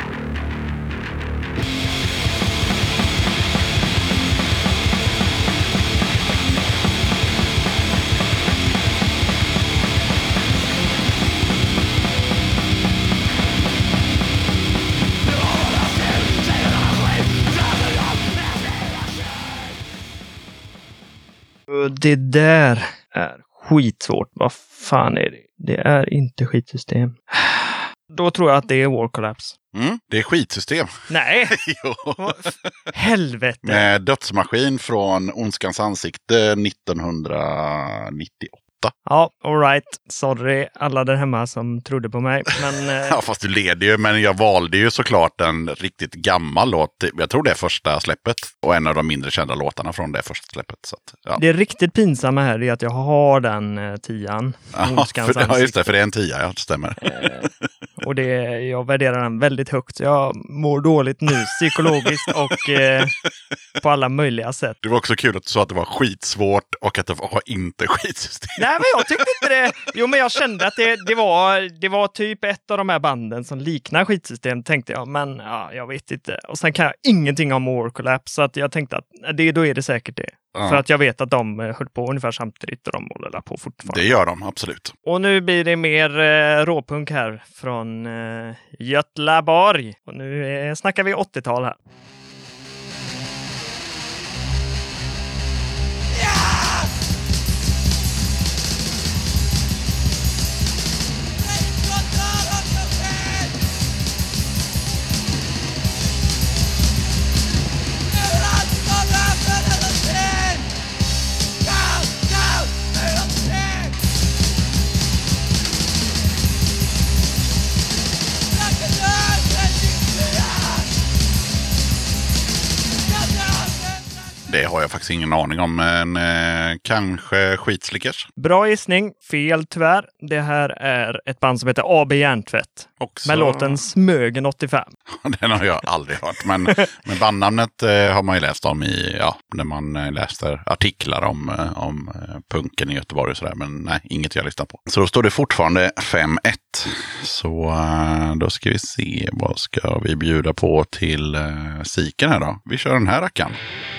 A: Det där är skitsvårt. Vad fan är det? Det är inte skitsystem. Då tror jag att det är War Collapse.
B: Det är skitsystem.
A: Nej! Helvete!
B: Med Dödsmaskin från Ondskans ansikte 1998.
A: Ja, all right. Sorry alla där hemma som trodde på mig. Men,
B: ja, fast du leder ju. Men jag valde ju såklart en riktigt gammal låt. Jag tror det är första släppet. Och en av de mindre kända låtarna från det första släppet. Så att, ja.
A: Det är riktigt pinsamma här är att jag har den 10:an.
B: Ja, just det. För det är en 10, ja, det stämmer.
A: Och jag värderar den väldigt högt. Så jag mår dåligt nu psykologiskt och på alla möjliga sätt.
B: Det var också kul att du sa att det var skitsvårt och att det var inte skitsystem.
A: Nej, men jag tyckte inte det. Jo, men jag kände att det var typ ett av de här banden som liknar skitsystem, tänkte jag. Men ja, jag vet inte. Och sen kan jag ingenting om War Collapse, så att jag tänkte att då är det säkert det. Ja. För att jag vet att de höll på ungefär samtidigt och de håller på fortfarande.
B: Det gör de, absolut.
A: Och nu blir det mer råpunk här från Götlaborg. Och nu snackar vi 80-tal här.
B: Det har jag faktiskt ingen aning om, men kanske Skitslickers.
A: Bra gissning, fel tyvärr. Det här är ett band som heter AB Järntvätt.
B: Också...
A: Med låten Smögen 85.
B: Den har jag aldrig hört, men bandnamnet har man ju läst om när man läste artiklar om punken i Göteborg och sådär, men nej, inget jag lyssnar på. Så då står det fortfarande 5-1. Så då ska vi se, vad ska vi bjuda på till Siken här då? Vi kör den här rackaren.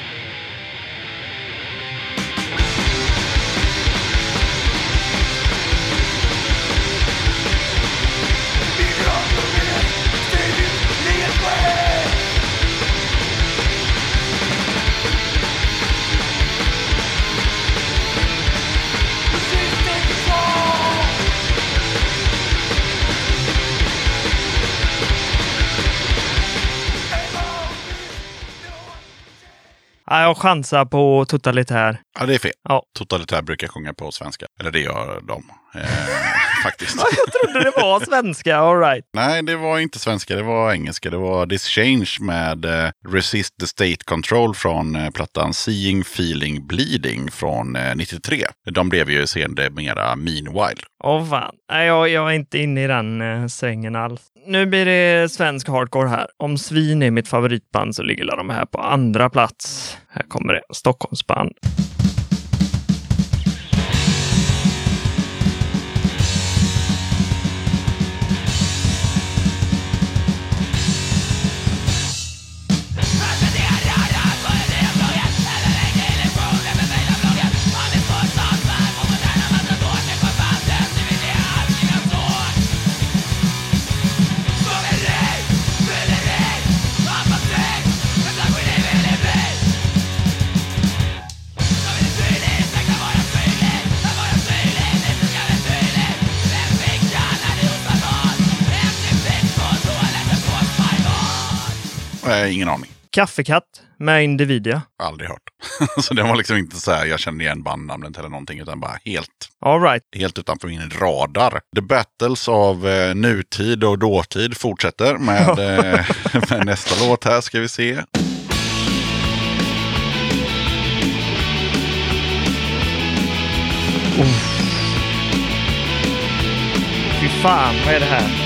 A: Jag chansar på totalitär.
B: Ja, det är fel.
A: Ja.
B: Totalitär brukar sjunga på svenska. Eller det gör de faktiskt.
A: Ja, jag trodde det var svenska, all right.
B: Nej, det var inte svenska, det var engelska. Det var This Change med Resist the State Control från plattan Seeing, Feeling, Bleeding från 93. De blev ju senare mera Meanwhile.
A: Fan. Nej, jag är inte inne i den svängen alls. Nu blir det svensk hardcore här. Om Svin är mitt favoritband så ligger de här på andra plats. Här kommer det. Stockholmsband.
B: Ingen aning.
A: Kaffekatt med Individia.
B: Aldrig hört. Så det var liksom inte så här, jag kände igen bandnamnet eller någonting, utan bara
A: All right.
B: helt utanför min radar. The Battles av nutid och dåtid fortsätter med nästa låt här, ska vi se.
A: Fy fan, vad är det här?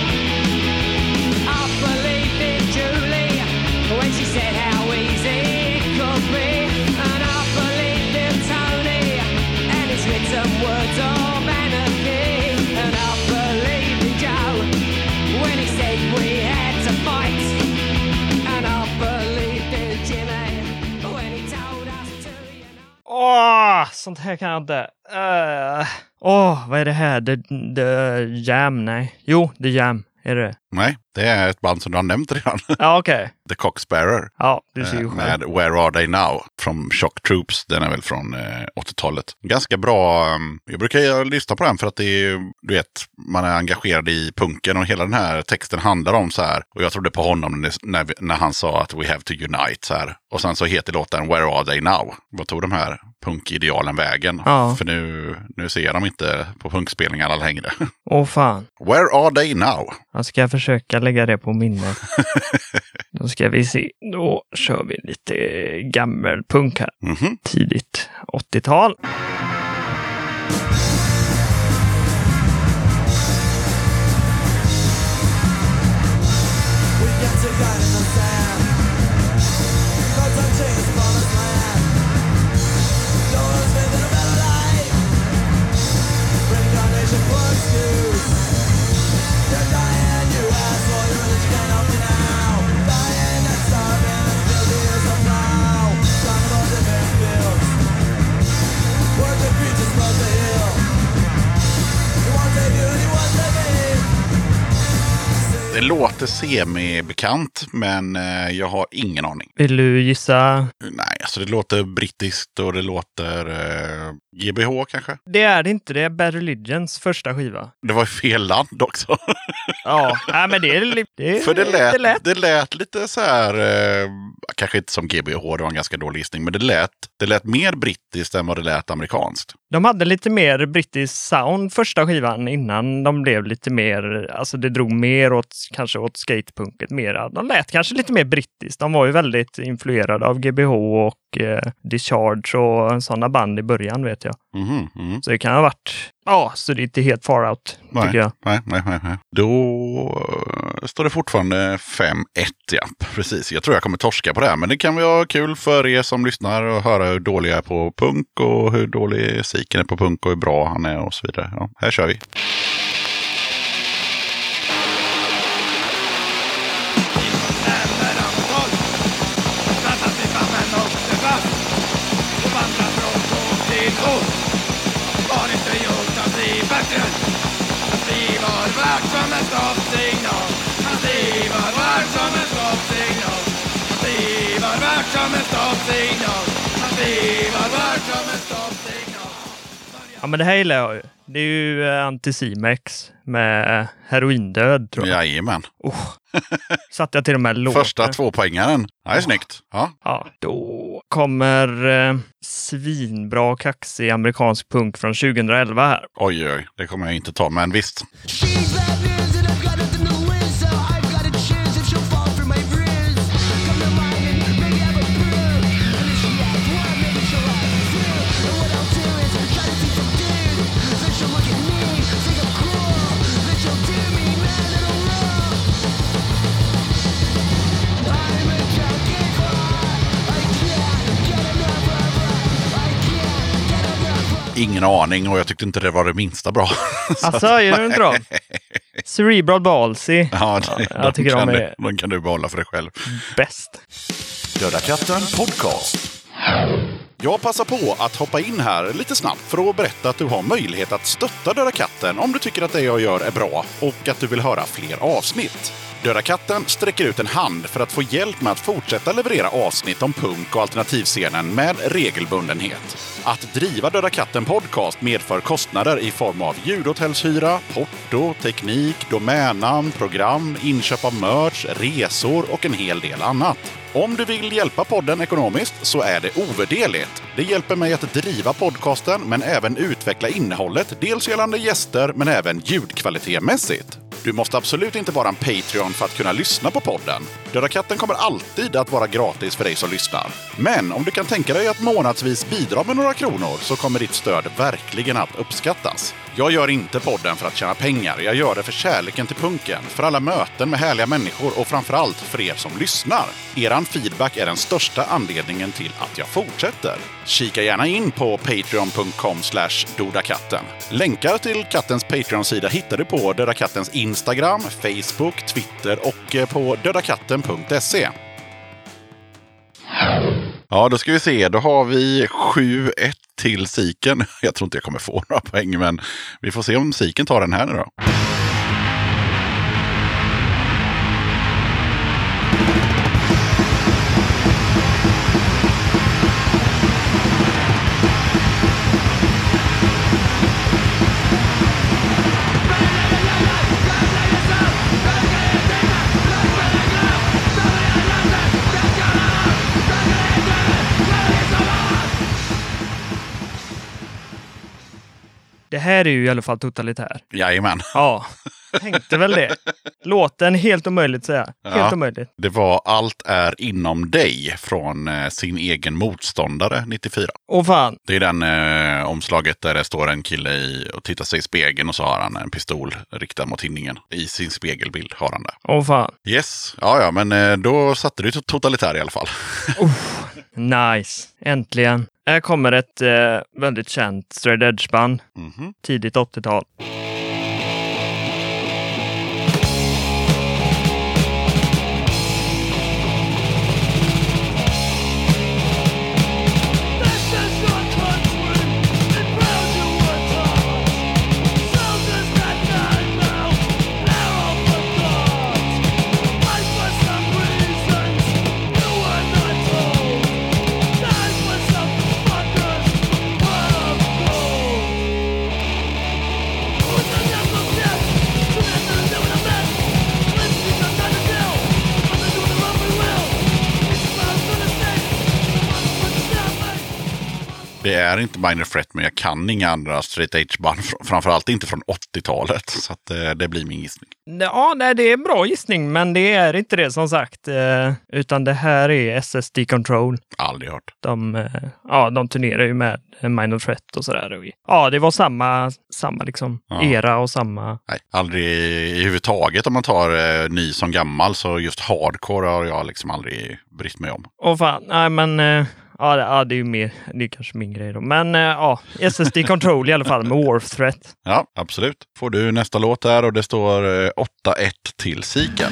A: Sånt här kan jag inte. Vad är det här? The Jam? Nej. Jo, The Jam. Är det?
B: Nej, det är ett band som du har nämnt redan.
A: Ja, okej.
B: The Cocksparrer.
A: Ja, du ser ju själv.
B: Med Where Are They Now? Från Shock Troops. Den är väl från 80-talet. Ganska bra. Jag brukar lyssna på den för att det är, du vet, man är engagerad i punken och hela den här texten handlar om så här. Och jag trodde på honom när han sa att we have to unite så här. Och sen så heter låten Where Are They Now? Vad tog de här punkidealen vägen?
A: Ja.
B: För nu ser de inte på punkspelningarna längre.
A: Fan.
B: Where Are They Now?
A: Jag ska försöka lägga det på minnet. Då ska vi se. Då kör vi lite gammelpunk här.
B: Mm-hmm.
A: Tidigt 80-tal.
B: Det låter semi-bekant, men jag har ingen aning.
A: Vill du gissa?
B: Nej, alltså det låter brittiskt och det låter GBH kanske.
A: Det är det inte, det är Bad Religions första skiva.
B: Det var i fel land också.
A: Ja, nej, men det är
B: för det lät lite så här, kanske inte som GBH, det var en ganska dålig gissning, men det lät mer brittiskt än vad det lät amerikanskt.
A: De hade lite mer brittisk sound första skivan innan de blev lite mer, alltså det drog mer åt skatepunket mera. De lät kanske lite mer brittiskt. De var ju väldigt influerade av GBH och Discharge och sådana band i början vet jag. Så det kan ha varit, så det är inte helt far out, tycker jag.
B: Nej. Då står det fortfarande 5-1, ja. Precis, jag tror jag kommer torska på det här. Men det kan vara kul för er som lyssnar och höra hur dålig jag är på punk och hur dålig Siken är på punk och hur bra han är och så vidare. Ja, här kör vi.
A: Ja, men det här gillar jag ju. Det är ju Anticimex med heroindöd, tror jag.
B: Jajamän.
A: Satt jag till de här låtarna.
B: Första 2-poängaren. Ja, det är snyggt.
A: Ja, då kommer svinbra kaxig amerikansk punk från 2011 här.
B: Oj, det kommer jag inte ta, men visst. Ingen aning och jag tyckte inte det var det minsta bra.
A: Alltså, är det inte bra? Cerebral Ballsy.
B: Ja,
A: jag tycker
B: de kan du behålla för dig själv.
A: Bäst.
B: Döda katten podcast. Jag passar på att hoppa in här lite snabbt för att berätta att du har möjlighet att stötta Döda katten om du tycker att det jag gör är bra och att du vill höra fler avsnitt. Döda katten sträcker ut en hand för att få hjälp med att fortsätta leverera avsnitt om punk och alternativscenen med regelbundenhet. Att driva Döda katten podcast medför kostnader i form av ljudhotellshyra, porto, teknik, domännamn, program, inköp av merch, resor och en hel del annat. Om du vill hjälpa podden ekonomiskt så är det ovärderligt. Det hjälper mig att driva podcasten men även utveckla innehållet, dels gällande gäster men även ljudkvalitetmässigt. Du måste absolut inte vara en Patreon för att kunna lyssna på podden. Döda katten kommer alltid att vara gratis för dig som lyssnar. Men om du kan tänka dig att månadsvis bidra med några kronor så kommer ditt stöd verkligen att uppskattas. Jag gör inte podden för att tjäna pengar. Jag gör det för kärleken till punken, för alla möten med härliga människor och framförallt för er som lyssnar. Eran feedback är den största anledningen till att jag fortsätter. Kika gärna in på patreon.com/dodakatten. Länkar till kattens Patreon-sida hittar du på Döda kattens Instagram, Facebook, Twitter och på dödakatten.se. Ja, då ska vi se. Då har vi 7-1 till Siken. Jag tror inte jag kommer få några poäng, men vi får se om Siken tar den här nu då.
A: Det här är ju i alla fall totalitär.
B: Jajamän.
A: Ja, tänkte väl det. Låten helt omöjligt säga. Helt omöjligt.
B: Det var Allt är inom dig från sin egen motståndare 94.
A: Åh fan.
B: Det är den omslaget där det står en kille och tittar sig i spegeln och så har han en pistol riktad mot tinningen. I sin spegelbild har han det.
A: Åh fan.
B: Yes. Ja, men då satte du totalitär i alla fall.
A: Nice. Äntligen. Här kommer ett väldigt känt straight edge-band. Tidigt 80-tal.
B: Det är inte Minor Threat, men jag kan inga andra straight edge-band. Framförallt inte från 80-talet. Så att, det blir min gissning.
A: Ja, nej, det är en bra gissning, men det är inte det som sagt. Utan det här är SSD Control.
B: Aldrig hört.
A: De turnerar ju med Minor Threat och sådär. Ja, det var samma liksom era och samma...
B: Nej, aldrig i huvudtaget om man tar ny som gammal, så just hardcore har jag liksom aldrig brytt mig om.
A: Och fan, nej men... Ja, det är ju mer, det är kanske min grej då. Men SSD Control i alla fall med War Threat.
B: Ja, absolut. Får du nästa låt där och det står 8-1 till Siken.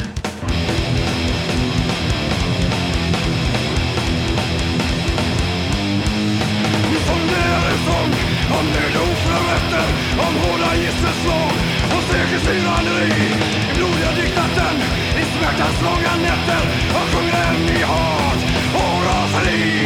C: Om det oförrätter, om hårda gisselslag och säkerhetsyranderi i blodiga diktaten, i smärtans långa nätter och sjunger en i hat och raseri.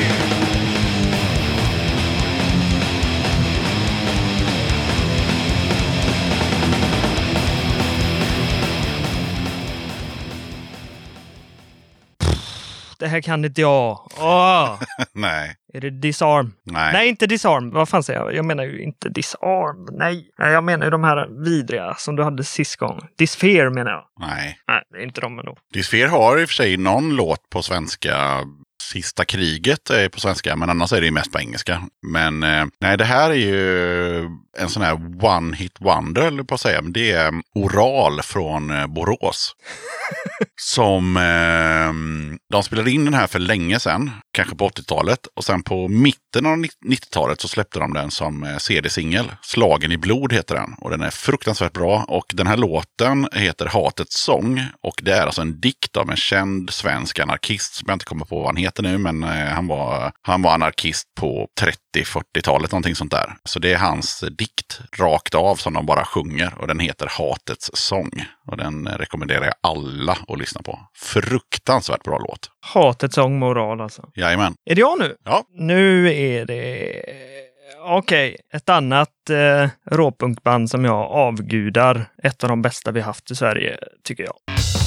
A: Det här kan inte jag.
B: Nej.
A: Är det Disarm? Nej, inte Disarm. Vad fan säger jag? Jag menar ju inte Disarm. Nej, jag menar ju de här vidriga som du hade sist gång. Dysphere menar jag.
B: Nej,
A: det är inte de ändå.
B: Dysphere har i och för sig någon låt på svenska. Sista kriget är på svenska, men annars är det ju mest på engelska. Men nej, det här är ju en sån här one-hit wonder, eller på att säga. Men det är Oral från Borås. Som de spelade in den här för länge sedan, kanske på 80-talet. Och sen på mitten av 90-talet så släppte de den som CD-singel. Slagen i blod heter den. Och den är fruktansvärt bra. Och den här låten heter Hatets sång. Och det är alltså en dikt av en känd svensk anarkist som jag inte kommer på vad han heter nu. Men han var anarkist på 30-40-talet, någonting sånt där. Så det är hans dikt rakt av som de bara sjunger. Och den heter Hatets sång. Och den rekommenderar jag alla att lyssna på. Fruktansvärt bra låt.
A: Hatets sång moral alltså.
B: Jajamän.
A: Är det jag nu?
B: Ja.
A: Nu är det... Okej, ett annat råpunkband som jag avgudar. Ett av de bästa vi haft i Sverige, tycker jag.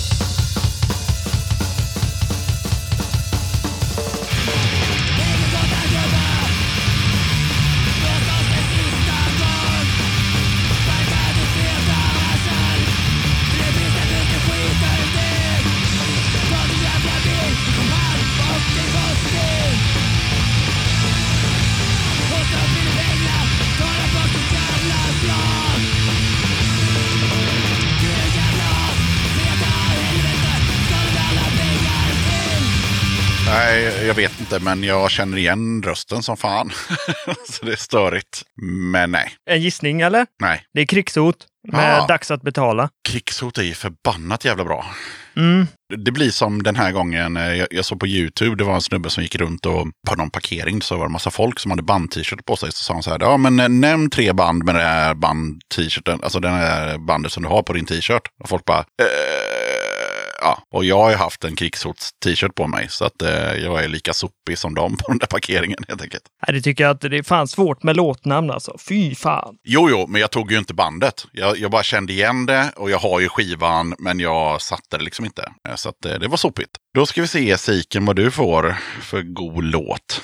B: Nej, jag vet inte, men jag känner igen rösten som fan. Så det är störigt. Men nej.
A: En gissning, eller?
B: Nej.
A: Det är Krigshot med Dags att betala.
B: Krigshot är ju förbannat jävla bra.
A: Mm.
B: Det blir som den här gången, jag såg på YouTube, det var en snubbe som gick runt och på någon parkering så var det en massa folk som hade band-t-shirt på sig. Så sa han så här, ja men nämn 3 band med den här band-t-shirten, alltså den här bandet som du har på din t-shirt. Och folk bara, ja, och jag har ju haft en Krigshots-t-shirt på mig så att jag är lika sopig som dem på den där parkeringen helt enkelt.
A: Nej, det tycker jag att det är fan svårt med låtnamn alltså. Fy fan.
B: Jo, men jag tog ju inte bandet. Jag bara kände igen det och jag har ju skivan men jag satte det liksom inte. Så att det var sopigt. Då ska vi se, Siken, vad du får för god låt.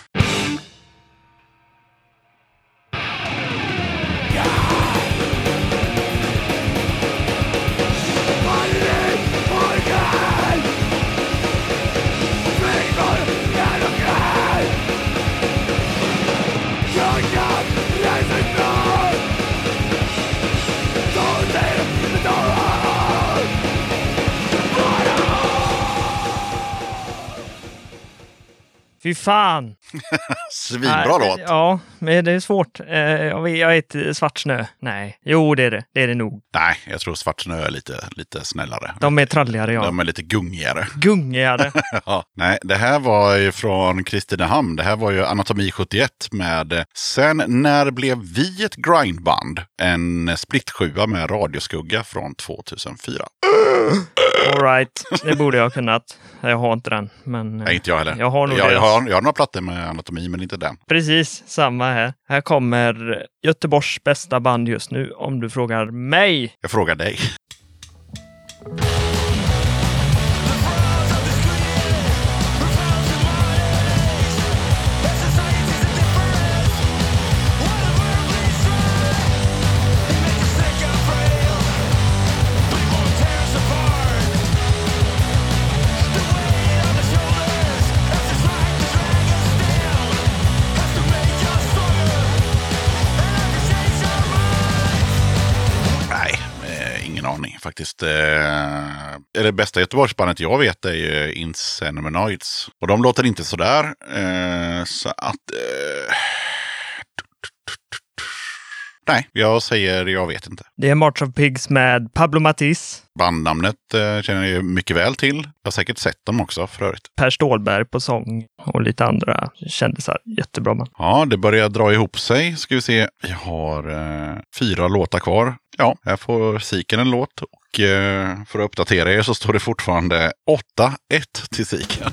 A: Fy fan.
B: Svinbra låt.
A: Ja, men det är svårt. Jag är ett Svart snö. Nej, jo det är det. Det är det nog.
B: Nej, jag tror Svart snö är lite snällare.
A: De är tralligare, ja.
B: De är lite gungigare.
A: Gungigare.
B: Ja, nej, det här var ju från Kristinehamn. Det här var ju Anatomi 71 med Sen när blev vi ett grindband? En splittsjua med radioskugga från 2004.
A: All right, det borde jag ha kunnat. Jag har inte den. Men,
B: nej, inte jag heller.
A: Jag har nog
B: jag har några plattor med Anatomi, men inte den.
A: Precis, samma här. Här kommer Göteborgs bästa band just nu, om du frågar mig.
B: Jag frågar dig. faktiskt... eller bästa Göteborgsbandet jag vet är ju Inseminoids. Och de låter inte sådär. Så att... Nej, jag säger jag vet inte.
A: Det är March of Pigs med Pablo Matiz.
B: Bandnamnet känner jag ju mycket väl till. Jag har säkert sett dem också för övrigt.
A: Per Stålberg på sång och lite andra kändisar. Jättebra man.
B: Ja, det börjar dra ihop sig. Ska vi se. Jag har 4 låtar kvar. Ja, jag får Siken en låt. Och för att uppdatera er så står det fortfarande 8-1 till Siken.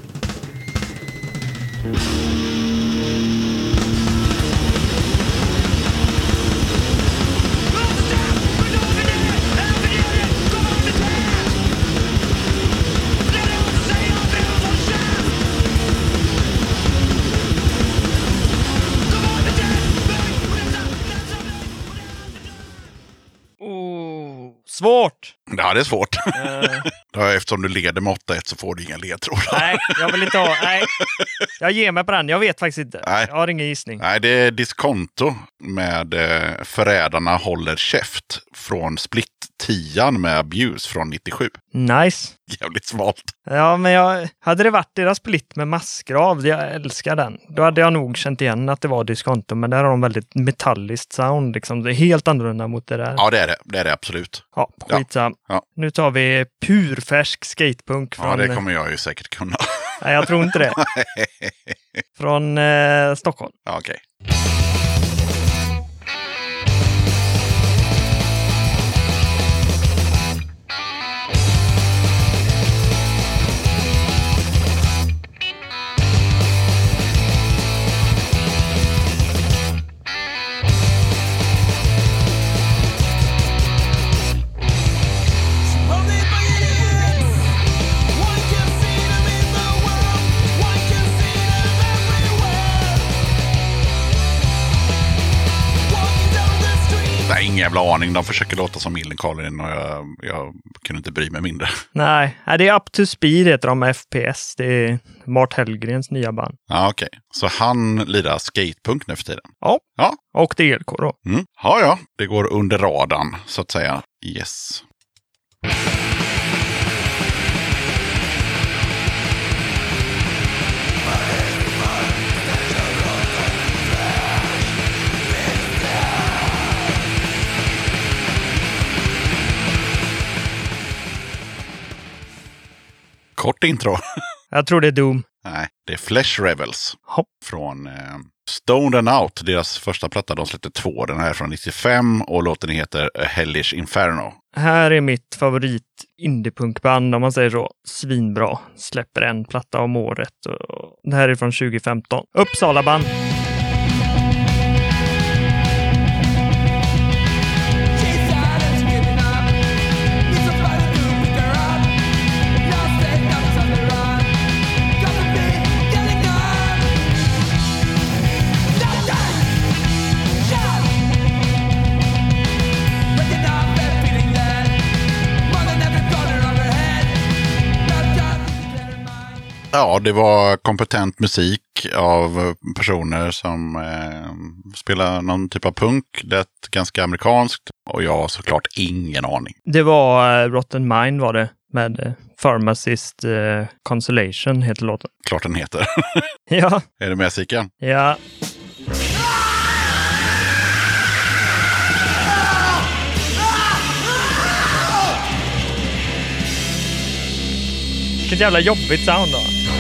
A: Svårt!
B: Ja, det är svårt. Eftersom du leder med 8-1 så får du inga ledtrådar.
A: Nej, jag vill inte ha... Nej, jag ger mig på den. Jag vet faktiskt inte.
B: Nej.
A: Jag har ingen gissning.
B: Nej, det är Diskonto med Förrädarna håller käft från Split-10 med Abuse från 97.
A: Nice.
B: Jävligt svalt.
A: Ja, men hade det varit deras split med Massgrav, jag älskar den. Då hade jag nog känt igen att det var Diskonto, men där har de väldigt metalliskt sound. Liksom. Det är helt annorlunda mot det där.
B: Ja, det är det. Det är det absolut.
A: Ja, skitsam.
B: Ja.
A: Nu tar vi purfärsk skatepunk från...
B: Ja, det kommer jag ju säkert kunna.
A: Nej, jag tror inte det. Från Stockholm.
B: Ja, okej. Ingen jävla aning. De försöker låta som Millencolin och jag kunde inte bry mig mindre.
A: Nej, det är Up to Speed heter de med FPS. Det är Mart Hellgrens nya band.
B: Ja, okej. Så han lirar skatepunk nu för tiden?
A: Ja. Och det är ELK då.
B: Mm. Ja. Det går under radarn så att säga. Yes. Kort intro.
A: Jag tror det är Doom.
B: Nej, det är Flesh Rebels.
A: Hopp.
B: Från Stoned and Out, deras första platta. De släppte 2. Den här är från 95 och låten heter A Hellish Inferno.
A: Här är mitt favorit indiepunkband, om man säger så. Svinbra. Släpper en platta om året. Och det här är från 2015. Uppsala band.
B: Ja, det var kompetent musik av personer som spelar någon typ av punk. Det är ganska amerikanskt och jag har såklart ingen aning.
A: Det var Rotten Mind var det med Pharmacist Consolation heter låten.
B: Klart den heter.
A: Ja.
B: Är det med Siken?
A: Ja. Vilket jävla jobbigt sound då.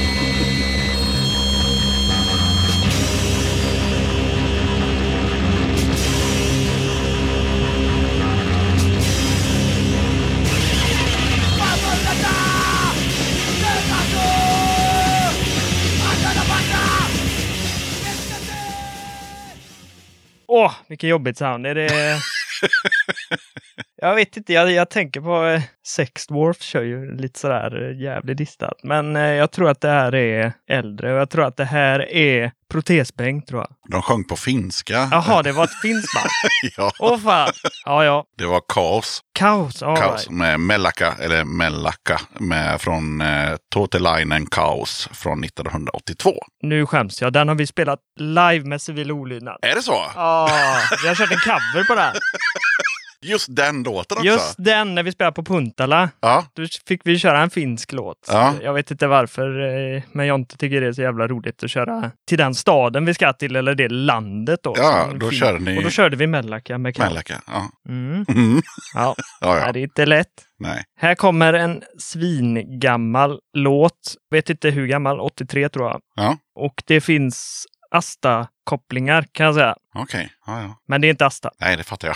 A: Vilket jobbigt sound. Är det... Jag vet inte, jag tänker på Sex Dwarf kör ju lite sådär jävligt distat. Men jag tror att det här är äldre och jag tror att det här är Protesbänk tror jag.
B: De sjöng på finska.
A: Jaha, det var ett finskt band.
B: Ja.
A: Åh fan. Ja.
B: Det var Kaos.
A: Kaos,
B: Kaos med Mellaka med från Totelainen Kaos från 1982.
A: Nu skäms jag. Den har vi spelat live med Civil Olydnad.
B: Är det så?
A: Ja, vi har kört en cover på den.
B: Just den låten också.
A: Just den, när vi spelade på Puntala.
B: Ja.
A: Då fick vi köra en finsk låt.
B: Ja.
A: Jag vet inte varför, men jag inte tycker det är så jävla roligt att köra till den staden vi ska till, eller det landet då.
B: Ja, då körde ni...
A: Och då körde vi Mellaka med Kalle.
B: Mellaka, ja.
A: Ja.
B: Ja.
A: Det är inte lätt.
B: Nej.
A: Här kommer en svingammal låt. Vet inte hur gammal, 83 tror jag.
B: Ja.
A: Och det finns Asta-kopplingar kan jag säga.
B: Okej, ja.
A: Men det är inte Asta.
B: Nej, det fattar jag.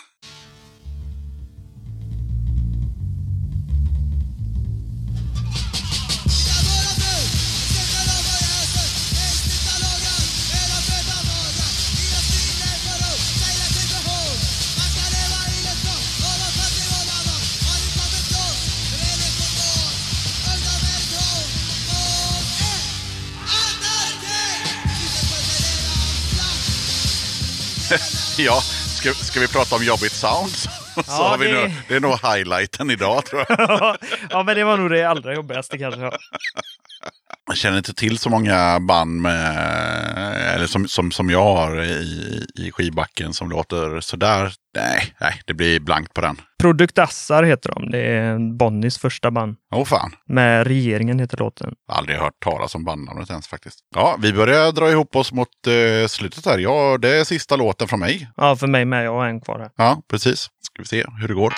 B: Ja, ska vi prata om jobbigt sounds? Så har vi nu, det är nog highlighten idag tror jag.
A: Ja, men det var nog det allra jobbigaste kanske.
B: Jag känner inte till så många band med, eller som jag har i skivbacken som låter sådär. Nej, det blir blankt på den.
A: Produktassar heter de. Det är Bonnies första band.
B: Fan.
A: Med Regeringen heter låten.
B: Aldrig hört talas om bandnamnet ens faktiskt. Ja, vi börjar dra ihop oss mot slutet här. Ja, det är sista låten från mig.
A: Ja, för mig med. Jag har en kvar här.
B: Ja, precis. Ska vi se hur det går.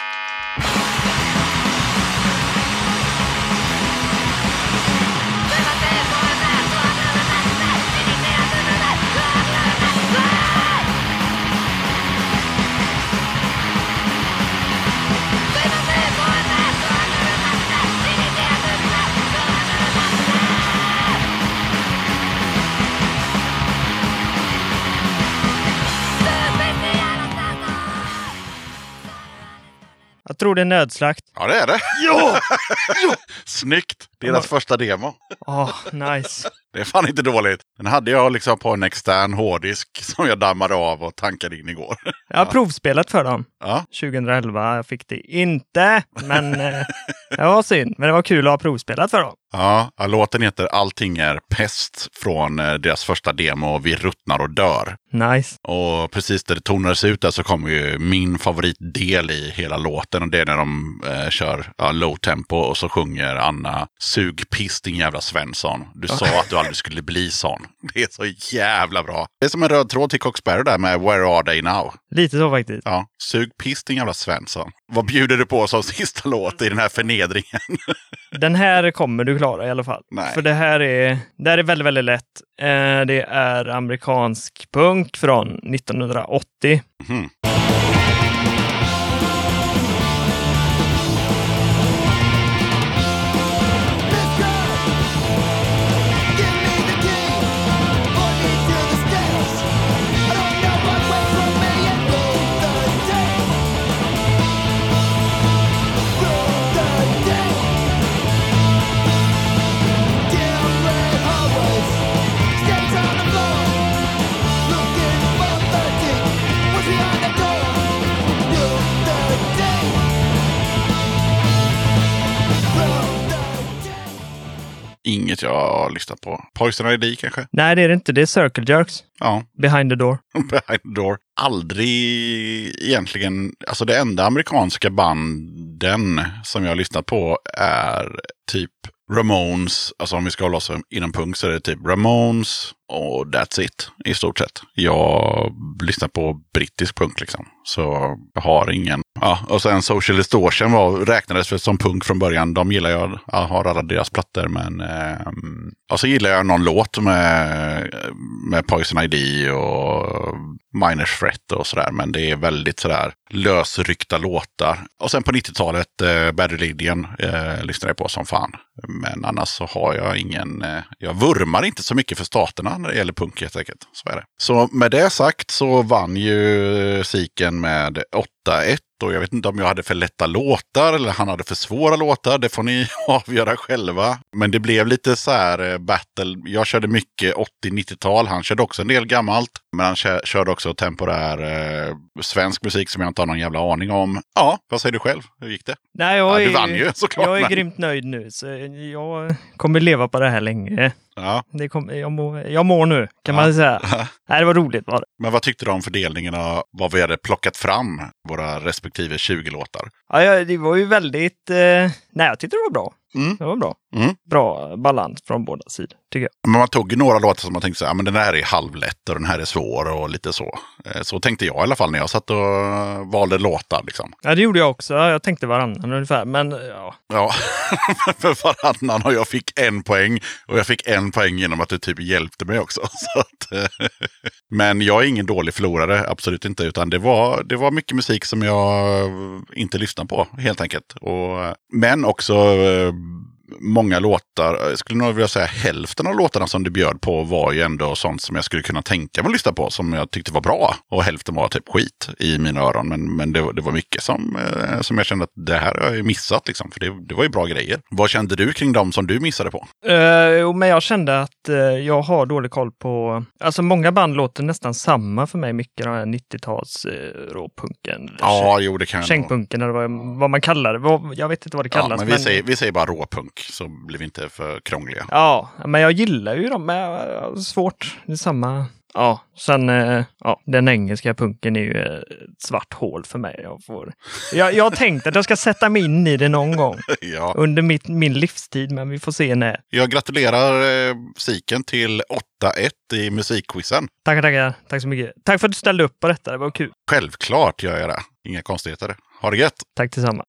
A: Jag tror det är Nödslakt.
B: Ja, det är det.
A: Ja!
B: Snyggt. Deras första demo.
A: Nice.
B: Det är fan inte dåligt. Den hade jag liksom på en extern hårddisk som jag dammade av och tankade in igår.
A: Jag har provspelat för dem.
B: Ja.
A: 2011. Jag fick det inte, men det var synd. Men det var kul att ha provspelat för dem.
B: Ja, låten heter Allting är pest från deras första demo Vi ruttnar och dör.
A: Nice.
B: Och precis där det tonades ut där så kommer ju min favoritdel i hela låten. Och det är när de kör low tempo och så sjunger Anna Sug piss din jävla Svensson. Du sa att du aldrig skulle bli sån. Det är så jävla bra. Det är som en röd tråd till Coxberry där med Where are they now?
A: Lite så faktiskt.
B: Ja, Sug piss din jävla Svensson. Vad bjuder du på som sista låt i den här förnedringen?
A: Den här kommer du klara i alla fall.
B: Nej.
A: För det här är väldigt, väldigt lätt. Det är amerikansk punk från 1980.
B: Mm. Inget jag har lyssnat på. Poison ID kanske?
A: Nej, det är det inte. Det är Circle Jerks.
B: Ja.
A: Behind the Door.
B: Behind the Door. Aldrig egentligen... Alltså det enda amerikanska banden som jag har lyssnat på är typ Ramones. Alltså om vi ska hålla oss inom punk så är det typ Ramones och that's it i stort sett. Jag lyssnar på brittisk punk liksom. Så jag har ingen... Ja, och sen Social Distortion räknades för som punk från början. De gillar jag har alla deras plattor. Men och så gillar jag någon låt med Poison ID och Miners Threat och sådär. Men det är väldigt sådär lösryckta låtar. Och sen på 90-talet Bad Religion lyssnar jag på som fan. Men annars så har jag ingen... jag vurmar inte så mycket för staterna när det gäller punk helt enkelt. Så är det. Så med det sagt så vann ju Siken med 8-1. Och jag vet inte om jag hade för lätta låtar eller han hade för svåra låtar. Det får ni avgöra själva. Men det blev lite så här battle. Jag körde mycket 80-90-tal. Han körde också en del gammalt. Men han körde också temporär svensk musik som jag inte har någon jävla aning om. Ja, vad säger du själv? Hur gick det?
A: Nej,
B: du vann ju såklart.
A: Jag är grymt nöjd nu. Så jag kommer leva på det här länge.
B: Ja.
A: Jag mår nu, kan man säga. Nej, det var roligt var det.
B: Men vad tyckte du om fördelningen av vad vi hade plockat fram, våra respektive 20 låtar?
A: Ja, det var ju väldigt... jag tyckte det var bra. Det var bra. Bra balans från båda sidor, tycker jag.
B: Men man tog några låtar som man tänkte så här, men den här är halvlätt och den här är svår och lite så. Så tänkte jag i alla fall när jag satt och valde låtar liksom.
A: Ja, det gjorde jag också. Jag tänkte varannan ungefär, men ja.
B: Ja, för varannan och jag fick 1 poäng. Och jag fick 1 poäng genom att du typ hjälpte mig också. Så att, men jag är ingen dålig förlorare, absolut inte. Utan det var mycket musik som jag inte lyssnade på, helt enkelt. Men också... många låtar, jag skulle nog vilja säga hälften av låtarna som du bjöd på var ju ändå sånt som jag skulle kunna tänka mig att lyssna på, som jag tyckte var bra. Och hälften var typ skit i mina öron. Men det var mycket som jag kände att det här har jag missat liksom, för det var ju bra grejer. Vad kände du kring dem som du missade på?
A: Men jag kände att jag har dålig koll på... Alltså många band låter nästan samma för mig, mycket den här 90-tals råpunken.
B: Ja, jo det kan jag.
A: Kängpunken eller vad man kallar det. Jag vet inte vad det kallas.
B: Ja, men vi säger bara råpunk. Så blir vi inte för krångliga.
A: Ja, men jag gillar ju dem. Men svårt. Det är samma. Ja, sen den engelska punken är ju ett svart hål för mig. Jag har tänkt att jag ska sätta mig in i det någon gång.
B: Ja.
A: Under min livstid, men vi får se när.
B: Jag gratulerar Siken till 8-1 i musikquizen.
A: Tackar. Tack så mycket. Tack för att du ställde upp på detta. Det var kul.
B: Självklart gör jag det. Inga konstigheter. Ha det gött.
A: Tack detsamma.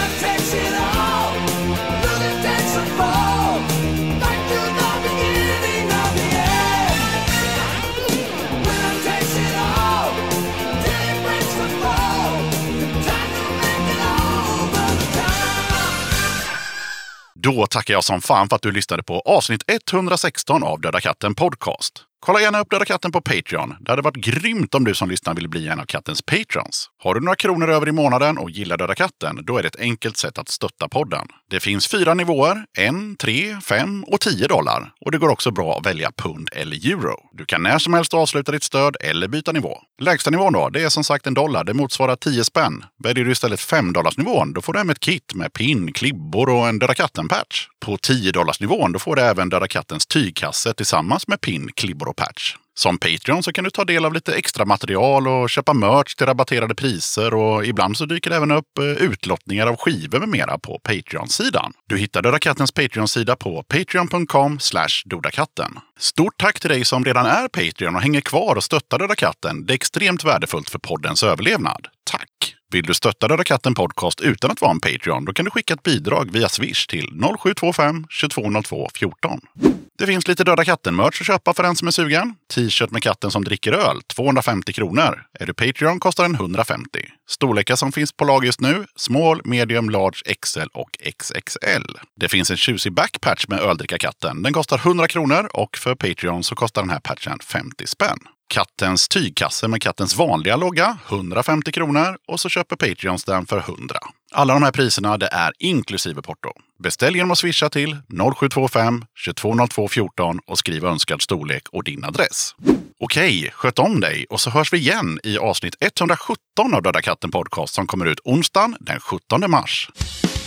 B: Då tackar jag som fan för att du lyssnade på avsnitt 116 av Döda katten podcast. Kolla gärna upp Döda katten på Patreon. Det hade varit grymt om du som lyssnar vill bli en av kattens patrons. Har du några kronor över i månaden och gillar Döda katten, då är det ett enkelt sätt att stötta podden. Det finns 4 nivåer, 1, 3, 5 och $10. Och det går också bra att välja pund eller euro. Du kan när som helst avsluta ditt stöd eller byta nivå. Lägsta nivån då, det är som sagt $1. Det motsvarar 10 spänn. Väljer du istället $5-nivån, då får du hem ett kit med pin, klibbor och en Döda katten-patch. På $10-nivån, då får du även Döda kattens tygkasse tillsammans med pin, klibbor och patch. Som Patreon så kan du ta del av lite extra material och köpa merch till rabatterade priser, och ibland så dyker det även upp utlottningar av skivor med mera på Patreon-sidan. Du hittar Döda kattens Patreon-sida på patreon.com/dodakatten. Stort tack till dig som redan är Patreon och hänger kvar och stöttar Döda katten. Det är extremt värdefullt för poddens överlevnad. Tack! Vill du stötta Döda katten podcast utan att vara en Patreon, då kan du skicka ett bidrag via Swish till 0725 2202 14. Det finns lite Döda katten-merch att köpa för den som är sugen. T-shirt med katten som dricker öl, 250 kronor. Är du Patreon kostar den 150. Storlekar som finns på lag just nu, small, medium, large, XL och XXL. Det finns en tjusig backpatch med öldrickarkatten. Den kostar 100 kronor och för Patreon så kostar den här patchen 50 spänn. Kattens tygkasse med kattens vanliga logga, 150 kronor, och så köper Patreons den för 100. Alla de här priserna, det är inklusive porto. Beställ genom att swisha till 0725 2202 14 och skriv önskad storlek och din adress. Okej, sköt om dig, och så hörs vi igen i avsnitt 117 av Döda katten podcast som kommer ut onsdagen den 17 mars.